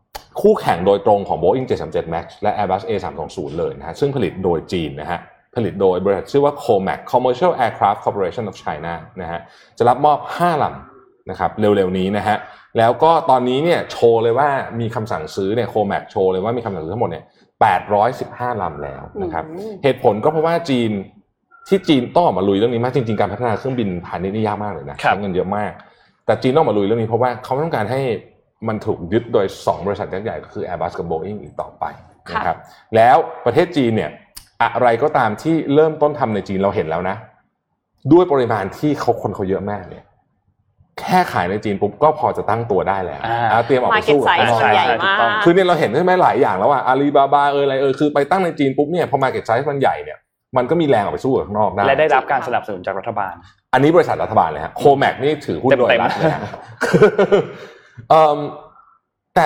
คู่แข่งโดยตรงของ Boeing เจ็ดสามเจ็ด Max และ Airbus เอ สามสองศูนย์ เลยนะฮะซึ่งผลิตโดยจีนนะฮะผลิตโดยบริษัทชื่อว่า Comac Commercial Aircraft Corporation of China นะฮะจะรับมอบห้าลำนะครับเร็วๆนี้นะฮะแล้วก็ตอนนี้เนี่ยโชว์เลยว่ามีคำสั่งซื้อเนี่ย Comac โชว์เลยว่ามีคำสั่งซื้อทั้งหมดเนี่ยแปดร้อยสิบห้าลำแล้วนะครับเหตุผลก็เพราะว่าจีนที่จีนต้องออกมาลุยเรื่องนี้มากจริงๆการพัฒนาเครื่องบินพาณิชย์นี่ยากมากเลยนะใช้เงินเยอะมากแต่จีนต้องมาลุยเรื่องนี้เพราะว่าเขาต้องการให้มันถูกยึดโดยสองบริษัทยักษ์ใหญ่ก็คือ Airbus กับ Boeing อีกต่อไปนะครับแล้วประเทศจีนเนี่ยอะไรก็ตามที่เริ่มต้นทำในจีนเราเห็นแล้วนะด้วยปริมาณที่เขาคนเขาเยอะมากเนี่ยแค่ขายในจีนปุ๊บก็พอจะตั้งตัวได้แล้วเตรียมออกไปสู้กับตลาดใหญ่มากคือเนี่ยเราเห็นใช่ไหมหลายอย่างแล้วอ่ะอาลีบาบาเอออะไรเออคือไปตั้งในจีนปุ๊บเนี่ยพอ market size มันใหญ่เนี่ยมันก็มีแรงออกไปสู้กับข้างนอกได้
และได้รับการสนับสนุนจากรัฐบาล
อันนี้บริษัทรัฐบาลเลยฮะโคแมกนี่ถือหุ้นโดยรัฐเลยฮะแต่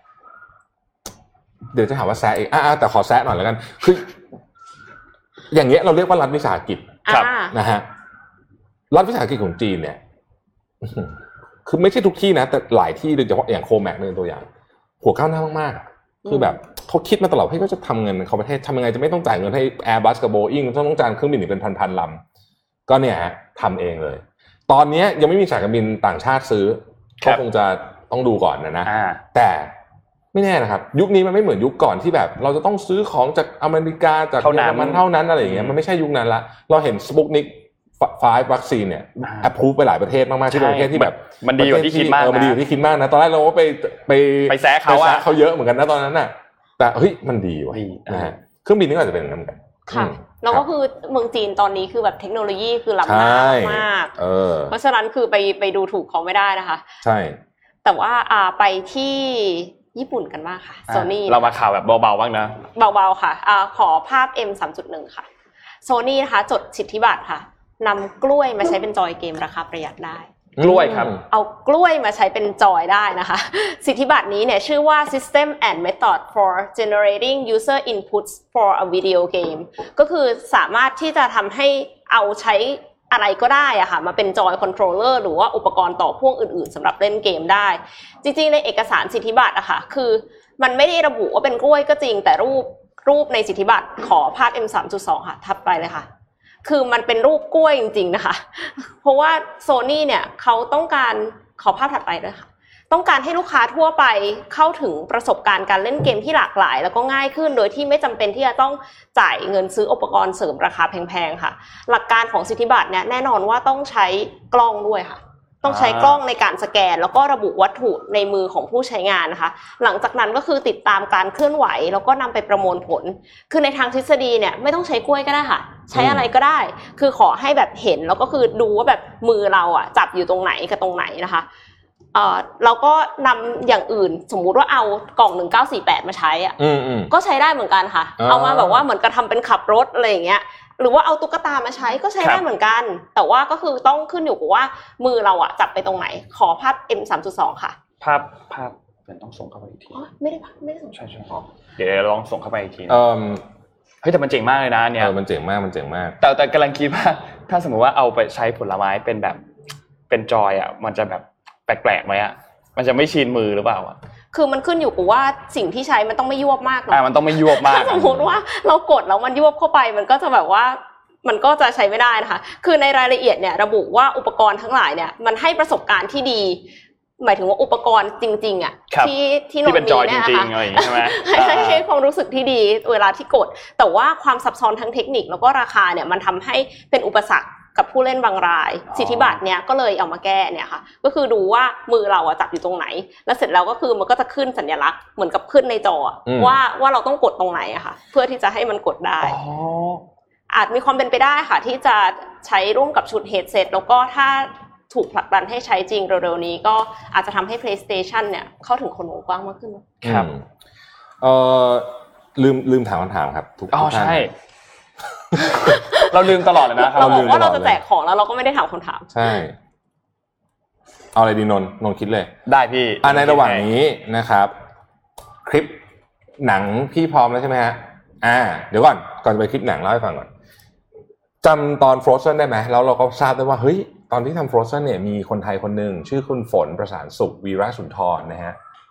เดี๋ยวจะถามว่าแซะอีกอ่าแต่ขอแซะหน่อยแล้วกันคืออย่างเงี้ยเราเรียกว่ารัฐวิสาหกิจนะฮะรัฐวิสาหกิจของจีนเนี่ยคือไม่ใช่ทุกที่นะแต่หลายที่โดยเฉพาะอย่างโคแมกเป็นตัวอย่างหัวก้าวหน้ามากๆคือแบบเขาคิดมาตลอดให้เขาจะทำเงินในประเทศทำยังไงจะไม่ต้องจ่ายเงินให้ Airbus กับ Boeing ต้องต้องจ่ายเครื่องบินอีกเป็นพันๆลำก็เนี่ยฮะทำเองเลยตอนนี้ยังไม่มีสายการบินต่างชาติซื้อก็คงจะต้องดูก่อนนะนะแต่ไม่แน่นะครับยุคนี้มันไม่เหมือนยุคก่อนที่แบบเราจะต้องซื้อของจากอเมริกาจากเยอรมันเท่านั้นอะไรอย่างเงี้ยมันไม่ใช่ยุคนั้นละเราเห็นสปุตนิกไฟว์วัคซีนเนี่ยแอปพรูฟไปหลายประเทศมากๆที่เป็นประเทศที่แบบ
มันดีกว่าที่คิดมากนะ
มันดีกว่าที่คิดมากนะตอนแรกเราก็ไปไป
ไปแซะเขาอ่ะ
เขาเยอะเหมือนกันนะตอนนั้นน่ะแต่เฮ้ยมันดีว่ะนะฮะเครื่องบินนี่ก็จะเป็นอย่างนั้นกัน
ค่ะแล้วก็คือเมืองจีนตอนนี้คือแบบเทคโนโลยีคือล้ำหน้ามากเพราะฉะนั้นคือไปไปดูถูกเขาไม่ได้นะคะ
ใช่
แต่ว่าอ่าไปที่ญี่ปุ่นกันบ้างค่ะ Sony
เรามาข่าวแบบเบาๆบ้างนะ
เบาๆค่ะอ่าขอภาพ เอ็ม สามจุดหนึ่ง ค่ะ Sony นะคะจดสิทธิบัตรค่ะนำกล้วยมาใช้เป็นจอยเกมราคาประหยัดได้
กล้วยครับ
เอากล้วยมาใช้เป็นจอยได้นะคะสิทธิบัตรนี้เนี่ยชื่อว่า System and Method for Generating User Inputs for a Video Game ก็คือสามารถที่จะทำให้เอาใช้อะไรก็ได้อะค่ะมาเป็นจอยคอนโทรลเลอร์หรือว่าอุปกรณ์ต่อพ่วงอื่นๆสำหรับเล่นเกมได้จริงๆในเอกสารสิทธิบัตรอะค่ะคือมันไม่ได้ระบุว่าเป็นกล้วยก็จริงแต่รูปรูปในสิทธิบัตรขอภาพ เอ็ม สามจุดสอง ค่ะทับไปเลยค่ะคือมันเป็นรูปกล้วยจริงๆนะคะเพราะว่า Sony เนี่ยเขาต้องการขอภาพถัดไปด้วยค่ะต้องการให้ลูกค้าทั่วไปเข้าถึงประสบการณ์การเล่นเกมที่หลากหลายแล้วก็ง่ายขึ้นโดยที่ไม่จำเป็นที่จะต้องจ่ายเงินซื้ออุปกรณ์เสริมราคาแพงๆค่ะหลักการของสิทธิบัตรเนี่ยแน่นอนว่าต้องใช้กล้องด้วยค่ะต้องใช้กล้องในการสแกนแล้วก็ระบุวัตถุในมือของผู้ใช้งานนะคะหลังจากนั้นก็คือติดตามการเคลื่อนไหวแล้วก็นำไปประมวลผลคือในทางทฤษฎีเนี่ยไม่ต้องใช้กล้วยก็ได้ค่ะใช้อะไรก็ได้คือขอให้แบบเห็นแล้วก็คือดูว่าแบบมือเราอ่ะจับอยู่ตรงไหนกับตรงไหนนะคะเอ่อเราก็นำอย่างอื่นสมมุติว่าเอากล่องหนึ่งเก้าสี่แปดมาใช้อ่ะก็ใช้ได้เหมือนกันค่ะเอามาแบบว่าเหมือนกับทำเป็นขับรถอะไรอย่างเงี้ยหรือว่าเอาตุ๊กตามาใช้ก็ใช้ได้เหมือนกันแต่ว่าก็คือต้องขึ้นอยู่กับว่ามือเราอ่ะจับไปตรงไหนขอภาพ เอ็ม สามจุดสอง ค่ะ
ภาพภาพเป็นต้องส่งเข้าไปอีกที
อ๋อไม่ได้ไม่ได้ส่ง
ใช่ๆเดี๋ยวลองส่งเข้าไปอีกทีเอ่อเฮ้ยแต่มันเจ๋งมากเลยนะเนี่ย
เออมันเจ๋งมากมันเจ๋งมาก
แต่แต่กำลังคิดว่าถ้าสมมุติว่าเอาไปใช้ผลไม้เป็นแบบเป็นจอยอ่ะมันจะแบบแปลกๆมั้ยอ่ะมันจะไม่ชินมือหรือเปล่าอ่ะ
คือมันขึ้นอยู่กับว่าสิ่งที่ใช้มันต้องไม่ยวบมากเนาะ
อ่ามันต้องไม่ยวบมาก
ถ้าสมมติว่าเรากดแล้วมันยวบเข้าไปมันก็จะแบบว่ามันก็จะใช้ไม่ได้นะคะคือในรายละเอียดเนี่ยระบุว่าอุปกรณ์ทั้งหลายเนี่ยมันให้ประสบการณ์ที่ดีหมายถึงว่าอุปกรณ์จริงๆอ่ะที่ที่โน้ตนี้เนี่ยนะคะ
ใช่ไหม
ให้ให้ความรู้สึกที่ดีเวลาที่กดแต่ว่าความซับซ้อนทั้งเทคนิคแล้วก็ราคาเนี่ยมันทำให้เป็นอุปสรรคกับผู้เล่นบางรายสิทธิบัตรเนี่ยก็เลยเอามาแก้เนี่ยค่ะก็คือดูว่ามือเราอ่ะจับอยู่ตรงไหนแล้วเสร็จแล้วก็คือมันก็จะขึ้นสัญลักษณ์เหมือนกับขึ้นในจอว่าว่าเราต้องกดตรงไหนอะค่ะเพื่อที่จะให้มันกดได้อาจมีความเป็นไปได้ค่ะที่จะใช้ร่วมกับชุดเฮดเซตแล้วก็ถ้าถูกผลักดันให้ใช้จริงเร็วๆนี้ก็อาจจะทำให้ PlayStation เนี่ยเข้าถึงคนวงกว้างมากขึ้น
ครับเอ่อลืมลืมถามคำถามครับ
ทุกท่านอ๋อใช่เราลืมตลอดเลยนะ
เราบอกว่าเราจะแจกของแล้วเราก็ไม่ได้ถามคำถาม
ใช่เอาอะไรดีนนนนคิดเลย
ได้พี่
อ่ะในระหว่างนี้นะครับคลิปหนังพี่พร้อมแล้วใช่ไหมฮะอ่าเดี๋ยวก่อนก่อนจะไปคลิปหนังเล่าให้ฟังก่อนจำตอน Frozen ได้ไหมแล้วเราก็ทราบได้ว่าเฮ้ยตอนที่ทำ Frozen เนี่ยมีคนไทยคนหนึ่งชื่อคุณฝนประสานสุขวีระสุนทรนะฮะ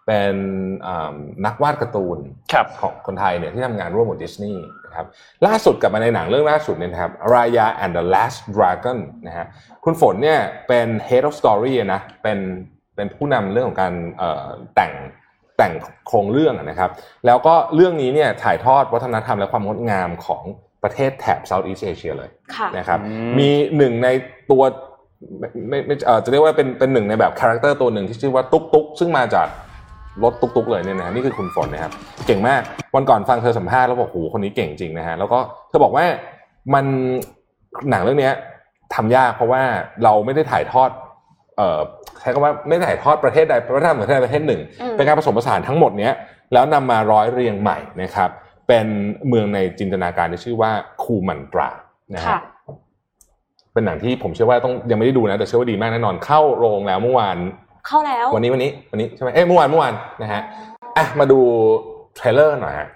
เป็นนักวาดการ์ตูนของคนไทยเนี่ยที่ทำงานร่วมกับดิสนีย์นะครับล่าสุดกลับมาในหนังเรื่องล่าสุดเนี่ยนะครับ Raya and the Last Dragon นะฮะคุณฝนเนี่ยเป็น Head of Story นะเป็นเป็นผู้นำเรื่องของการแต่งแต่งโครงเรื่องนะครับแล้วก็เรื่องนี้เนี่ยถ่ายทอดวัฒนธรรมและความงดงามของประเทศแถบ Southeast Asia เลยนะครับมีหนึ่งในตัวไม่ไม่เอ่อจะเรียกว่าเป็นเป็นหนึ่งในแบบคาแรคเตอร์ตัวหนึ่งที่ชื่อว่าตุ๊กตุ๊กซึ่งมาจากรถตุ๊กๆเลยเนี่ยนะนี่คือคุณฝนนะครับเก่งมากวันก่อนฟังเธอสัมภาษณ์แล้วบอกโหคนนี้เก่งจริงนะฮะแล้วก็เธอบอกว่ามันหนังเรื่องนี้ทำยากเพราะว่าเราไม่ได้ถ่ายทอดเอ่อใช้คำว่าไม่ได้ถ่ายทอดประเทศใดประเทศหนึ่งประเทศใดประเทศหนึ่งเป็นการผสมผสานทั้งหมดเนี้ยแล้วนำมาร้อยเรียงใหม่นะครับเป็นเมืองในจินตนาการที่ชื่อว่าคูมันตรานะฮะเป็นหนังที่ผมเชื่อว่าต้องยังไม่ได้ดูนะแต่เชื่อว่าดีมากแน่นอนเข้าโรงแล้วเมื่อวาน
เข้าแล้ว
วันนี้วันนี้วันนี้ใช่ไหมเอ้ยเมื่อวานเมื่อวานนะฮะอ่ะมาดูเทรลเลอร์หน่อยฮะ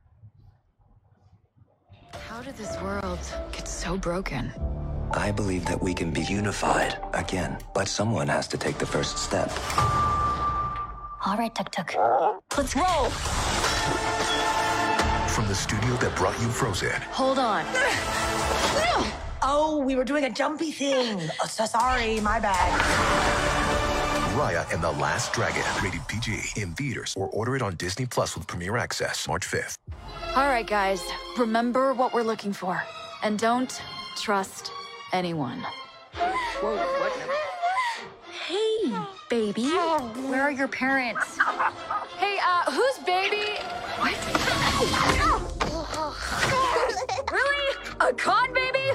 How did this world get so broken?
I believe that we can be unified again, but someone has to take the first step.
All right, Tuk Tuk. Let's roll.
From the studio that brought you Frozen.
Hold on.
Oh, we were doing a jumpy thing. Oh, so sorry, my bad.
Raya and the Last Dragon, rated P G, in theaters or order it on Disney Plus with Premier Access March fifth.
All right, guys, remember what we're looking for, and don't trust anyone. Whoa, what? Hey, baby, where are your parents? Hey, uh, who's baby? What? Really? A con baby?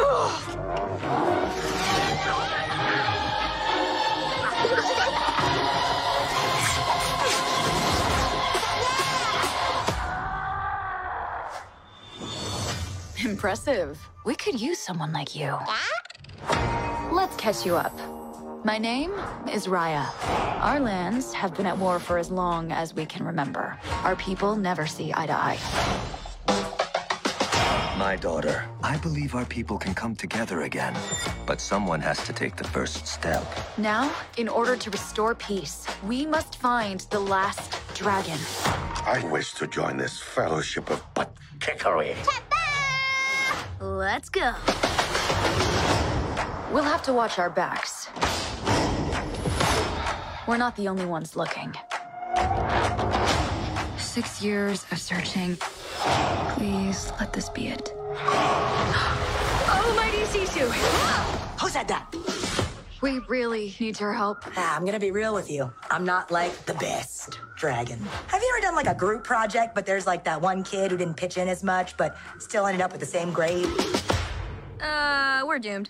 Impressive. We could use someone like you. Let's catch you up. My name is Raya. Our lands have been at war for as long as we can remember. Our people never see eye to eye.
My daughter, I believe our people can come together again, but someone has to take the first step.
Now, in order to restore peace, we must find the last dragon.
I wish to join this fellowship of butt kickery.
Let's go. We'll have to watch our backs. We're not the only ones looking. Six years of searching. Please let this be it. Oh, mighty Sisu!
Who said that?
We really need your help.
Ah, I'm gonna be real with you. I'm not like the best dragon. Have you ever done like a group project, but there's like that one kid who didn't pitch in as much, but still ended up with the same grade?
Uh, we're doomed.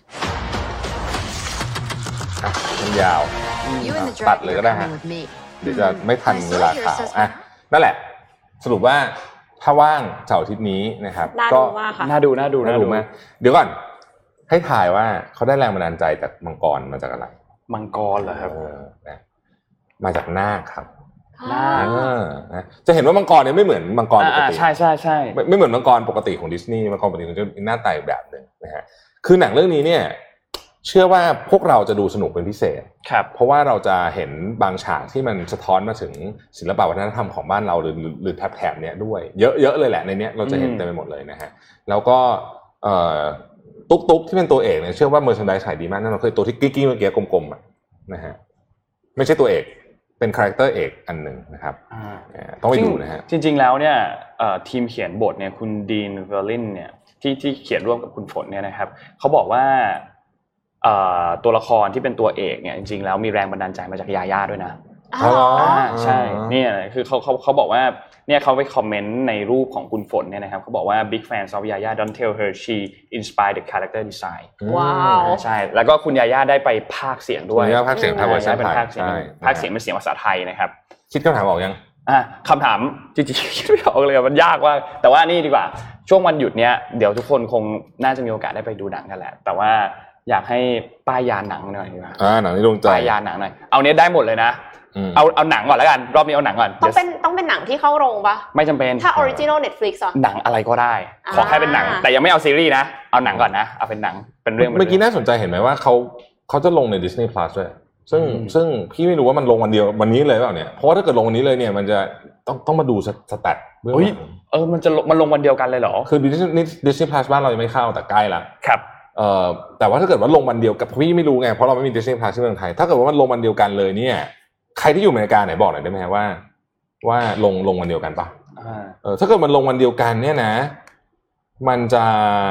มันยาวตัดเลยก็ได้ฮะเดี๋ยวจะไม่ทันเวลาข่าวอ่ะนั่นแหละสรุปว่าถ้าว่างเสาร์อาทิตย์นี้นะครับ
ก็
น่าดูน่าดูน่าดูมาก
เดี๋ยวก่อนให้ถ่ายว่าเขาได้แรงบันดาลใจจากมังกรมาจากอะไร
มังกรเหรอครับ
มาจากนาคครับนาคนะจะเห็นว่ามังกรเนี่ยไม่เหมือนมังกรปกติ
ใช่ใช่ใช่
ไม่เหมือนมังกรปกติของดิสนีย์มังกรปกติมันจะมีหน้าตาแบบนึงนะฮะคือหนังเรื่องนี้เนี่ยเชื่อว่าพวกเราจะดูสนุกเป็นพิเศษ
ครับ
เพราะว่าเราจะเห็นบางฉากที่มันสะท้อนมาถึงศิลปวัฒนธรรมของบ้านเราหรือหรือแถบๆเนี้ยด้วยเยอะๆเลยแหละในเนี้ยเราจะเห็นเต็มไปหมดเลยนะฮะแล้วก็เอ่อตุ๊กตุ๊กที่เป็นตัวเอกเนี่ยเชื่อว่าเมอร์แชนไดส์ขายดีมากนั่นเราคือตัวที่กิ๊กๆเมื่อกี้กลมๆอ่ะนะฮะไม่ใช่ตัวเอกเป็นคาแรคเตอร์เอกอันนึงนะครับต้องไปดูนะฮะ
จริงๆแล้วเนี่ยทีมเขียนบทเนี่ยคุณดีนเวลลินเนี่ยที่ที่เขียนร่วมกับคุณฝนเนี่ยนะครับเขาบอกว่าตัวละครที่เป็นตัวเอกเนี่ยจริงๆแล้วมีแรงบันดาลใจมาจากยาย่าด้วยนะ
อ๋อ
ใช่เนี่ยคือเขาเขาเขาบอกว่าเนี่ยเขาไปคอมเมนต์ในรูปของคุณฝนเนี่ยนะครับเขาบอกว่า big fans of Yaya don't tell her she inspired the character design
ว้าว
ใช่แล้วก็คุณยาย่าได้ไปพากย์เสียงด้วย
ยาย่าพากย์เสียงทางเวอร์ชันไทย
ใช่พากย์เสียงเป็นเสียงภาษาไทยนะครับ
คิดคำถามออกยัง
อ่ะคำถามจริงๆคิดไม่ออกเลยมันยากว่าแต่ว่านี่ดีกว่าช่วงวันหยุดเนี้ยเดี๋ยวทุกคนคงน่าจะมีโอกาสได้ไปดูหนังกันแหละแต่ว่าอยากให้ป้ายยาหนังหน่อยดีกว่า
อ่าหนังในดวงใจ
ป้ายยาหนังหน่อยเอาเนี้ยได้หมดเลยนะเอาเอาหนังก่อนแล้วกันรอบนี้เอาหนังก่อน
ต้องเป็นต้องเป็นหนังที่เข้าโรงปะ
ไม่จำเป็น
ถ้าออริจินอล Netflix อ่ะ
หนังอะไรก็ได้ขอแค่เป็นหนังแต่ยังไม่เอาซีรีส์นะเอาหนังก่อนนะเอาเป็นหนังเป็นเรื่อง
เมื่อกี้น่าสนใจเห็นไหมว่าเขาเขาจะลงใน Disney Plus ด้วยซึ่งซึ่งพี่ไม่รู้ว่ามันลงวันเดียววันนี้เลยเปล่าเนี่ยเพราะว่าถ้าเกิดลงวันนี้เลยเนี่ยมันจะต้องต้องมาดูสแตทเฮ้ย
เออมันจะมันลงวันเดียวกันเลยเหรอ
คือ Disney Disney Plus บ้านเรายังไม่เข้าแต่ใกล้ละ
ครับ
เอ่อแต่ว่าถ้าเกิดว่าลงวันเดียวกับพี่ไม่รู้ไงเพราะเราไม่มี Disney Plus ที่เมืองไทยถ้าเกิดว่ามันลงวันเดียวกันเลยเนี่ยใครที่อยู่อเมริกาไหนบอกหน่อยได้ไหมว่าว่าลงลงวันเดียวกันป่ะ
อ่า
เออถ้าเกิดมันลงวันเดียวกันเนี่ยนะมันจะ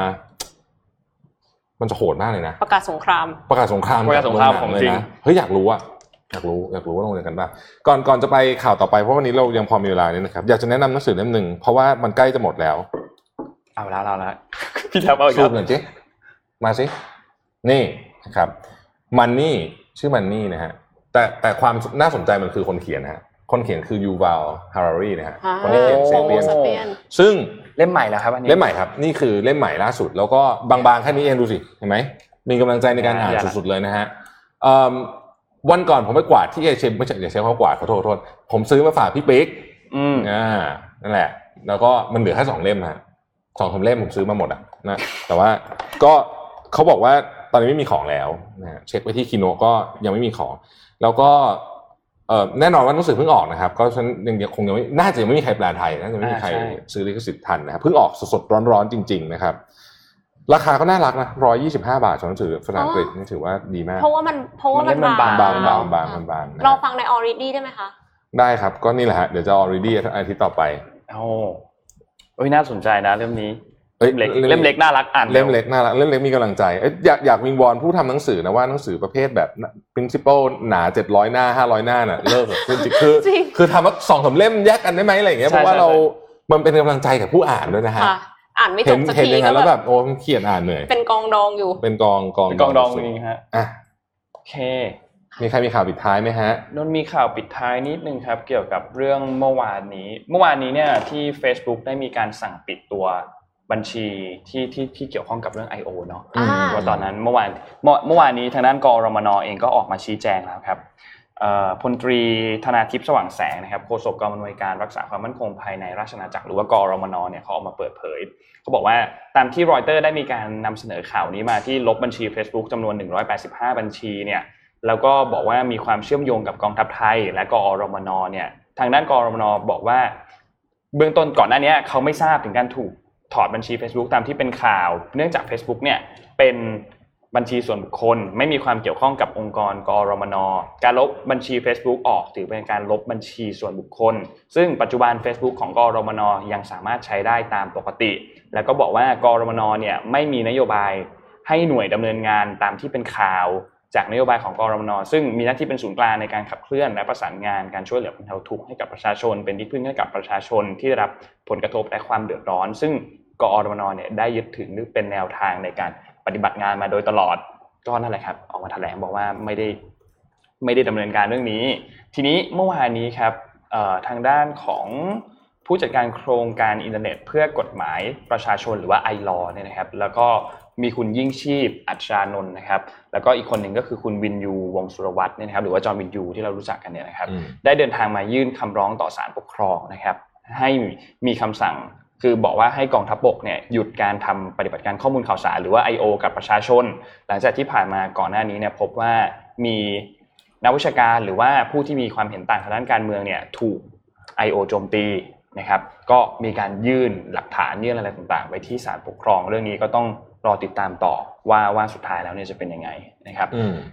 มันจะโหดมากเลยนะ
ประกาศสงคราม
ประกาศสงคราม
ประกาศสงครามของจริง
เฮ้ยอยากรู้อะอยากรู้อยากรู้ว่าลงกันบ้างก่อนก่อนจะไปข่าวต่อไปเพราะวันนี้เรายังพอมีเวลาเนี่ยนะครับอยากจะแนะนำหนังสือเล่มหนึ่งเพราะว่ามันใกล้จะหมดแล้ว
เอาแล้วเอาแล้วพี่แทบเอาอีก
ครับหน่อยสิมาสินี่นะครับมันนี่ชื่อมันนี่นะฮะแต่แต่ความน่าสนใจมันคือคนเขียนนะฮะคนเขียนคือยูวัลฮารารีนะฮะคนที่เขียนเซเปียนซึ่ง
เล่มใหม่แล้วครับอันนี้
เล่มใหม่ครับนี่คือเล่มใหม่ล่าสุดแล้วก็บางๆแค่นี้เองดูสิเห็นไหมมีกำลังใจในการอ่านสุดๆเลยนะฮะวันก่อนผมไปกวาดที่เอเชียไม่ใช่อย่าใช้คำว่ากวาดขอโทษโทษผมซื้อมาฝากพี่ปิ๊ก
อืม
อ่านั่นแหละแล้วก็มันเหลือแค่สองเล่มฮะสองสามเล่มผมซื้อมาหมดอ่ะนะแต่ว่าก็เขาบอกว่าตอนนี้ไม่มีของแล้วนะเช็คไปที่คิโนก็ยังไม่มีของแล้วก็เอ่อแน่นอนว่าหนังสือเพิ่งออกนะครับก็ฉันยังคงยังไม่น่าจะยังไม่มีใครแปลไทยน่าจะไม่มีใครซื้อลิขสิทธิ์ทันนะครับเพิ่งออกสดๆร้อนๆจริงๆนะครับราคาก็น่ารักนะหนึ่งร้อยยี่สิบห้าบาทสำหรับหนังสือภาษาอังกฤษนี่ถือว่าดีมาก
เพราะว่ามันเพราะว่ามัน
บางบางบางบางบาง
เราฟังใน already ได้ไหมคะ
ได้ครับก็นี่แหละฮะเดี๋ยวจะ already อาทิตย์ต่อไป
โอ้โอ้ยน่าสนใจนะเล่มนี้เล่มเล็กเล่มเล็กน่ารักอ่าน
เล่มเล็กน่ารักเล่มเล็กมีกำลังใจอยากอยากวิงวอนผู้ทำหนังสือนะว่าหนังสือประเภทแบบ principle หนาเจ็ดร้อยหน้าห้าร้อยหน้าน่ะเลิกคือคือคือทำมาสองสามเล่มแยกกันได้ไหมอะไรอย่างเงี้ยเพราะว่าเรามันเป็นกำลังใจกับผู้อ่านด้วยนะฮะ
อ่านไม่จบสักที
ก็แบบโอ้เขียนอ่านเหนื่อย
เป็นกองดองอยู่
เป็นกองกอง
กองดองจริงฮะ
อ่ะ
โอเค
มีใครมีข่าวปิดท้ายไหมฮะ
นนมีข่าวปิดท้ายนิดนึงครับเกี่ยวกับเรื่องเมื่อวานนี้เมื่อวานนี้เนี่ยที่ Facebook ได้มีการสั่งปิดตัวบัญชีที่ที่ที่เกี่ยวข้องกับเรื่อง ไอ โอ เนาะว่าตอนนั้นเมื่อวานเมื่อเมื่อวานนี้ทางด้านกรมน.เองก็ออกมาชี้แจงแล้วครับพลตรีธนาทิพย์สว่างแสงนะครับโฆษกกองอำนวยการรักษาความมั่นคงภายในราชอาณาจักรหรือว่ากรมน.เนี่ยเขาออกมาเปิดเผยเขาบอกว่าตามที่รอยเตอร์ได้มีการนำเสนอข่าวนี้มาที่ลบบัญชี Facebook จำนวนหนึ่งร้อยแปดสิบห้าบัญชีเนี่ยแล้วก็บอกว่ามีความเชื่อมโยงกับกองทัพไทยและกรมน.เนี่ยทางด้านกรมน.บอกว่าเบื้องต้นก่อนหน้านี้เขาไม่ทราบถึงการถูกถอดบัญชี Facebook ตามที่เป็นข่าวเนื่องจาก Facebook เนี่ยเป็นบัญชีส่วนบุคคลไม่มีความเกี่ยวข้องกับองค์กรกรมน.การลบบัญชี Facebook ออกถือเป็นการลบบัญชีส่วนบุคคลซึ่งปัจจุบัน Facebook ของกรมน.ยังสามารถใช้ได้ตามปกติแล้วก็บอกว่ากรมน.เนี่ยไม่มีนโยบายให้หน่วยดำเนินงานตามที่เป็นข่าวจากนโยบายของกรมน.ซึ่งมีหน้าที่เป็นศูนย์กลางในการขับเคลื่อนและประสานงานการช่วยเหลือบรรเทาทุกข์ให้กับประชาชนเป็นที่พึ่งให้กับประชาชนที่ได้รับผลกระทบและความเดือดร้อนซึ่งกอรมน.เนี่ยได้ยึดถือเป็นแนวทางในการปฏิบัติงานมาโดยตลอดก็นั่นแหละครับออกมาแถลงบอกว่าไม่ได้ไม่ได้ดำเนินการเรื่องนี้ทีนี้เมื่อวานนี้ครับทางด้านของผู้จัดการโครงการอินเทอร์เน็ตเพื่อกฎหมายประชาชนหรือว่า ไอ แอล โอ เนี่ยนะครับแล้วก็มีคุณยิ่งชีพอัจฉานนท์นะครับแล้วก็อีกคนหนึ่งก็คือคุณวินยูวงศ์สุรวัฒน์เนี่ยนะครับหรือว่าจอห์นวินยูที่เรารู้จักกันเนี่ยนะครับได้เดินทางมายื่นคำร้องต่อศาลปกครองนะครับให้มีคำสั่งคือบอกว่าให้กองทัพบกเนี่ยหยุดการทำปฏิบัติการข้อมูลข่าวสารหรือว่า ไอ โอ กับประชาชนหลังจากที่ผ่านมาก่อนหน้านี้เนี่ยพบว่ามีนักวิชาการหรือว่าผู้ที่มีความเห็นต่างทางด้านการเมืองเนี่ยถูก ไอ โอ โจมตีนะครับก็มีการยื่นหลักฐานยื่นอะไรต่างๆไปที่ศาลปกครองเรื่องนี้ก็ต้องรอติดตามต่อว่าว่าสุดท้ายแล้วเนี่ยจะเป็นยังไงนะครับ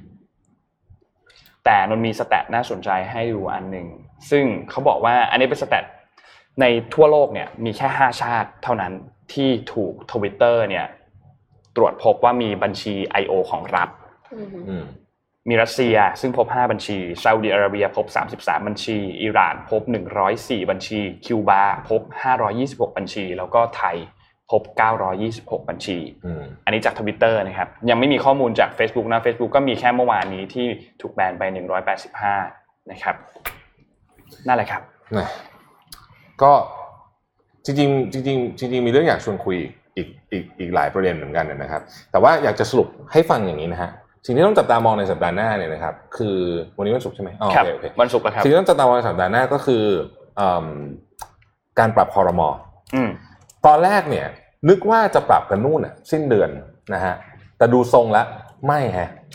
แต่นนมีสแตทน่าสนใจให้ดูอันนึงซึ่งเขาบอกว่าอันนี้เป็นสแตทในทั่วโลกเนี่ยมีแค่ห้าชาติเท่านั้นที่ถูก Twitter เนี่ยตรวจพบว่ามีบัญชี ไอ โอ ของรัฐมีรัสเซียซึ่งพบห้าบัญชีซาอุดิอาระเบียพบสามสิบสามบัญชีอิหร่านพบหนึ่งร้อยสี่บัญชีคิวบาพบห้าร้อยยี่สิบหกบัญชีแล้วก็ไทยพบเก้าร้อยยี่สิบหกบัญชีอันนี้จาก Twitter นะครับยังไม่มีข้อมูลจาก Facebook นะ Facebook ก็มีแค่เมื่อวานนี้ที่ถูกแบนไปหนึ่งร้อยแปดสิบห้านะครับนั่นแหละครับ
ก็จริงๆจริงๆจริงๆมีเรื่องอยากชวนคุยอีกอีกอีกหลายประเด็นเหมือนกันนะครับแต่ว่าอยากจะสรุปให้ฟังอย่างนี้นะฮะสิ่งที่ต้องจับตามองในสัปดาห์หน้าเนี่ยนะครับคือวันนี้วันศุกร์ใช่ไหม
อ๋อโอเคโอเควันศุกร์ครับ
สิ่งที่ต้องจับตามองในสัปดาห์หน้าก็คือการปรับครม.ตอนแรกเนี่ยนึกว่าจะปรับกันนู่นน่ะสิ้นเดือนนะฮะแต่ดูทรงแล้วไม่ฮะ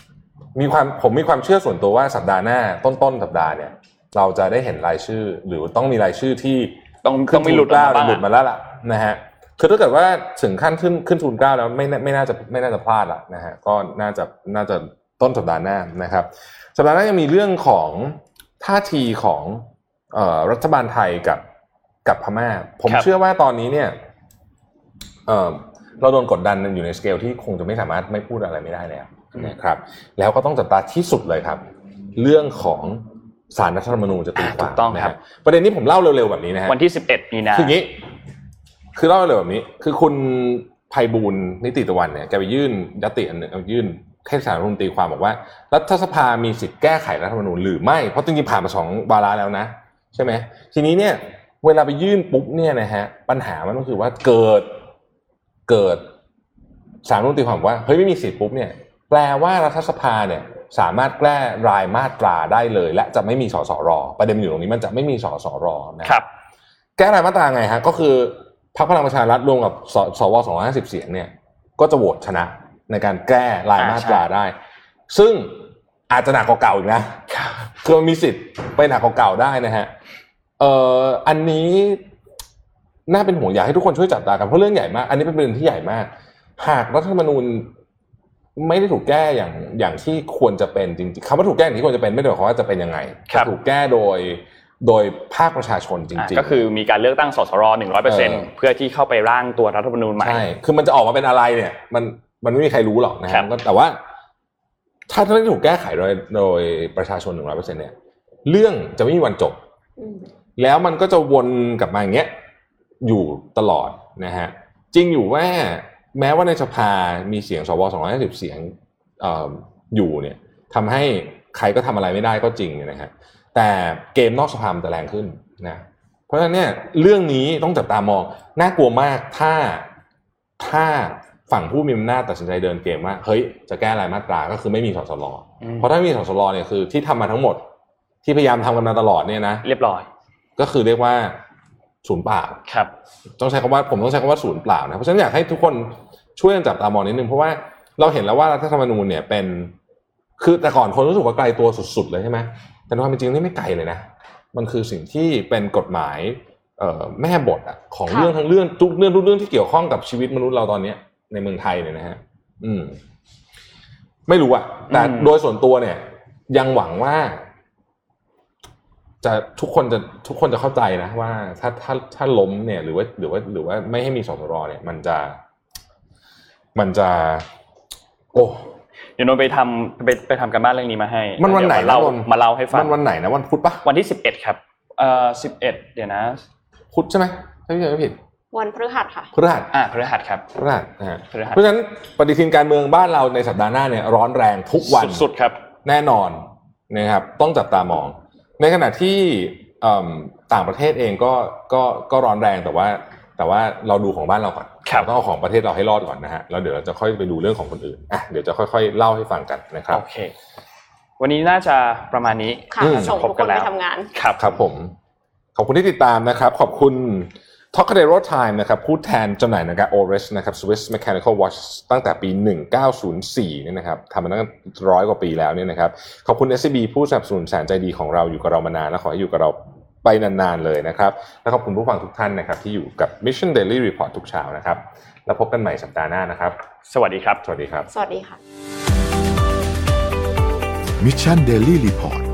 มีความผมมีความเชื่อส่วนตัวว่าสัปดาห์หน้าต้นๆสัปดาห์เนี่ยเราจะได้เห็นรายชื่อหรือต้องมีรายชื่อที่
ต้องต้องมีหลุดมาบ้าง
หลุดมาแล้วล่ะนะฮะคือถ้าเกิดว่าถึงขั้นขึ้นขึ้นทูนเกล้าแล้วไม่ไม่น่าจะไม่น่าจะพลาดละนะฮะก็น่าจะน่าจะต้นสัปดาห์หน้านะครับสัปดาห์หน้ายังมีเรื่องของท่าทีของเอ่อรัฐบาลไทยกับกับพม่าผมเชื่อว่าตอนนี้เนี่ยเอ่อเราโดนกดดันอยู่ในสเกลที่คงจะไม่สามารถไม่พูดอะไรไม่ได้แล้วนะครับแล้วก็ต้องจับตาที่สุดเลยครับเรื่องของศาลรัฐธรรมนูญจะตีความ
ต้องครับ
ประเด็นนี้ผมเล่าเร็วๆแบบนี้นะฮะ
วันที่สิบเอ็ดมีนา
คืออย่างนี้คือเล่าเร็วแบบนี้คือคุณไพบูลย์นิติตะวันเนี่ยแกไปยื่นญัตติอันนึงยื่นให้ศาลรัฐธรรมนูญตีความบอกว่ารัฐสภามีสิทธิ์แก้ไขรัฐธรรมนูญหรือไม่เพราะจริงๆผ่านมาสองวาระแล้วนะใช่ไหมทีนี้เนี่ยเวลาไปยื่นปุ๊บเนี่ยนะฮะปัญหามันก็คือว่าเกิดเกิดศาลรัฐธรรมนูญตีความว่าเฮ้ยไม่มีสิทธิ์ปุ๊บเนี่ยแปลว่ารัฐสภาเนี่ยสามารถแก้รายมาตราได้เลยและจะไม่มีสสรประเด็นอยู่ตรงนี้มันจะไม่มีสสรนะครับแก้รายมาตราไงฮะก็คือพรรคพลังประชารัฐรวมกับสวสองร้อยห้าสิบเสียงเนี่ยก็จะโหวตชนะในการแก้รายมาตราได้ซึ่งอาจจะหนักกว่าเก่าอีกนะคือมันมีสิทธิ์ไปหนักกว่าเก่าได้นะฮะเอ่ออันนี้น่าเป็นห่วงอยากให้ทุกคนช่วยจับตากันเพราะเรื่องใหญ่มากอันนี้เป็นประเด็นที่ใหญ่มากหากรัฐธรรมนูญไม่ได้ถูกแก้อย่างอย่างที่ควรจะเป็นจริงๆคำว่าถูกแก้อย่างที่ควรจะเป็นไม่ได้หมายความว่าจะเป็นยังไงถูกแก้โดยโดยภาคประชาชนจริงๆ
ก็คือมีการเลือกตั้งสสร หนึ่งร้อยเปอร์เซ็นต์ เพื่อที่เข้าไปร่างตัวรัฐธรรมนูญใหม่
ใช่คือมันจะออกมาเป็นอะไรเนี่ยมันมันไม่มีใครรู้หรอกนะครับแต่ว่าถ้าถ้าไม่ถูกแก้ไขโดยโดยประชาชน หนึ่งร้อยเปอร์เซ็นต์ เนี่ยเรื่องจะไม่มีวันจบแล้วมันก็จะวนกลับมาอย่างเงี้ยอยู่ตลอดนะฮะจริงอยู่ว่าแม้ว่าในสภามีเสียงสวสองร้อยห้าสิบเสียงเอ่ออยู่เนี่ยทำให้ใครก็ทำอะไรไม่ได้ก็จริงเนี่ยนะฮะแต่เกมนอกสภามันจะแรงขึ้นนะเพราะฉะนั้นเนี่ยเรื่องนี้ต้องจับตามองน่ากลัวมากถ้าถ้าฝั่งผู้มีอำนาจตัดสินใจเดินเกมว่าเฮ้ยจะแก้รายมาตราก็คือไม่มีสสรเพราะถ้ามีสสรเนี่ยคือที่ทำมาทั้งหมดที่พยายามทำกันมาตลอดเนี่ยนะ
เรียบร้อย
ก็คือเรียกว่าศูนย์เปล่า
ครับ
ต้องใช้คำว่าผมต้องใช้คำว่าศูนย์เปล่านะเพราะฉะนั้นอยากให้ทุกคนช่วยกันจับตามองนิดนึงเพราะว่าเราเห็นแล้วว่ารัฐธรรมนูญเนี่ยเป็นคือแต่ก่อนคนรู้สึกว่าไกลตัวสุดๆเลยใช่ไหมแต่ความเป็นจริงนี่ไม่ไกลเลยนะมันคือสิ่งที่เป็นกฎหมายเอ่อแม่บทอะของเรื่องทั้งเรื่องทุกเรื่องทุกเรื่องที่เกี่ยวข้องกับชีวิตมนุษย์เราตอนนี้ในเมืองไทยเนี่ยนะฮะอืมไม่รู้อะแต่โดยส่วนตัวเนี่ยยังหวังว่าจะทุกคนจะทุกคนจะเข้าใจนะว่าถ้าถ้าถ้าล้มเนี่ยหรือว่าหรือว่าหรือว่าไม่ให้มีสสรเนี่ยมันจะมันจะโอ้
เดี๋ยวนนไปทำไปไปทำกันบ้านเรื่องนี้มาให้
มันวันไหน
เรามาเล่าให้ฟัง
มันวันไหนนะวันพุธปะ
วันที่สิบเอ็ดครับเอ่อสิบเอ็ดเดี๋ยวนะ
พุธใช่ไหมถ้าไม่ผิด
วันพฤหัสค่ะ
พฤหัส
อ่าพฤหัสครับ
พฤหัสนะฮะเพราะฉะนั้นปฏิทินการเมืองบ้านเราในสัปดาห์หน้าเนี่ยร้อนแรงทุกวัน
สุดๆครับ
แน่นอนนะครับต้องจับตามองในขณะที่ต่างประเทศเองก็ก็ก็ร้อนแรงแต่ว่าแต่ว่าเราดูของบ้านเราก่อนต้องเอาของประเทศเราให้รอดก่อนนะฮะแล้วเดี๋ยวเราจะค่อยไปดูเรื่องของคนอื่นอ่ะเดี๋ยวจะค่อยๆเล่าให้ฟังกันนะครับ
โอเควันนี้น่าจะประมาณนี้
ค่ะส่งทุกคนไปทำงาน
ครับครับผมขอบคุณที่ติดตามนะครับขอบคุณ Tocadero Time นะครับผู้แทนจำหน่ายนาฬิกา Oris นะครับ Swiss Mechanical Watch ตั้งแต่ปีหนึ่งพันเก้าร้อยสี่เนี่ยนะครับทำมาตั้งร้อยกว่าปีแล้วเนี่ยนะครับขอบคุณ เอส ซี บี ผู้สนับสนุนแสนใจดีของเราอยู่กับเรามานานและขอให้อยู่กับเราไปนานๆเลยนะครับและขอบคุณผู้ฟังทุกท่านนะครับที่อยู่กับ Mission Daily Report ทุกเช้านะครับแล้วพบกันใหม่สัปดาห์หน้านะครับ
สวัสดีครับ
สวัสดีครับ
สวัสดีค่ะ
Mission Daily Report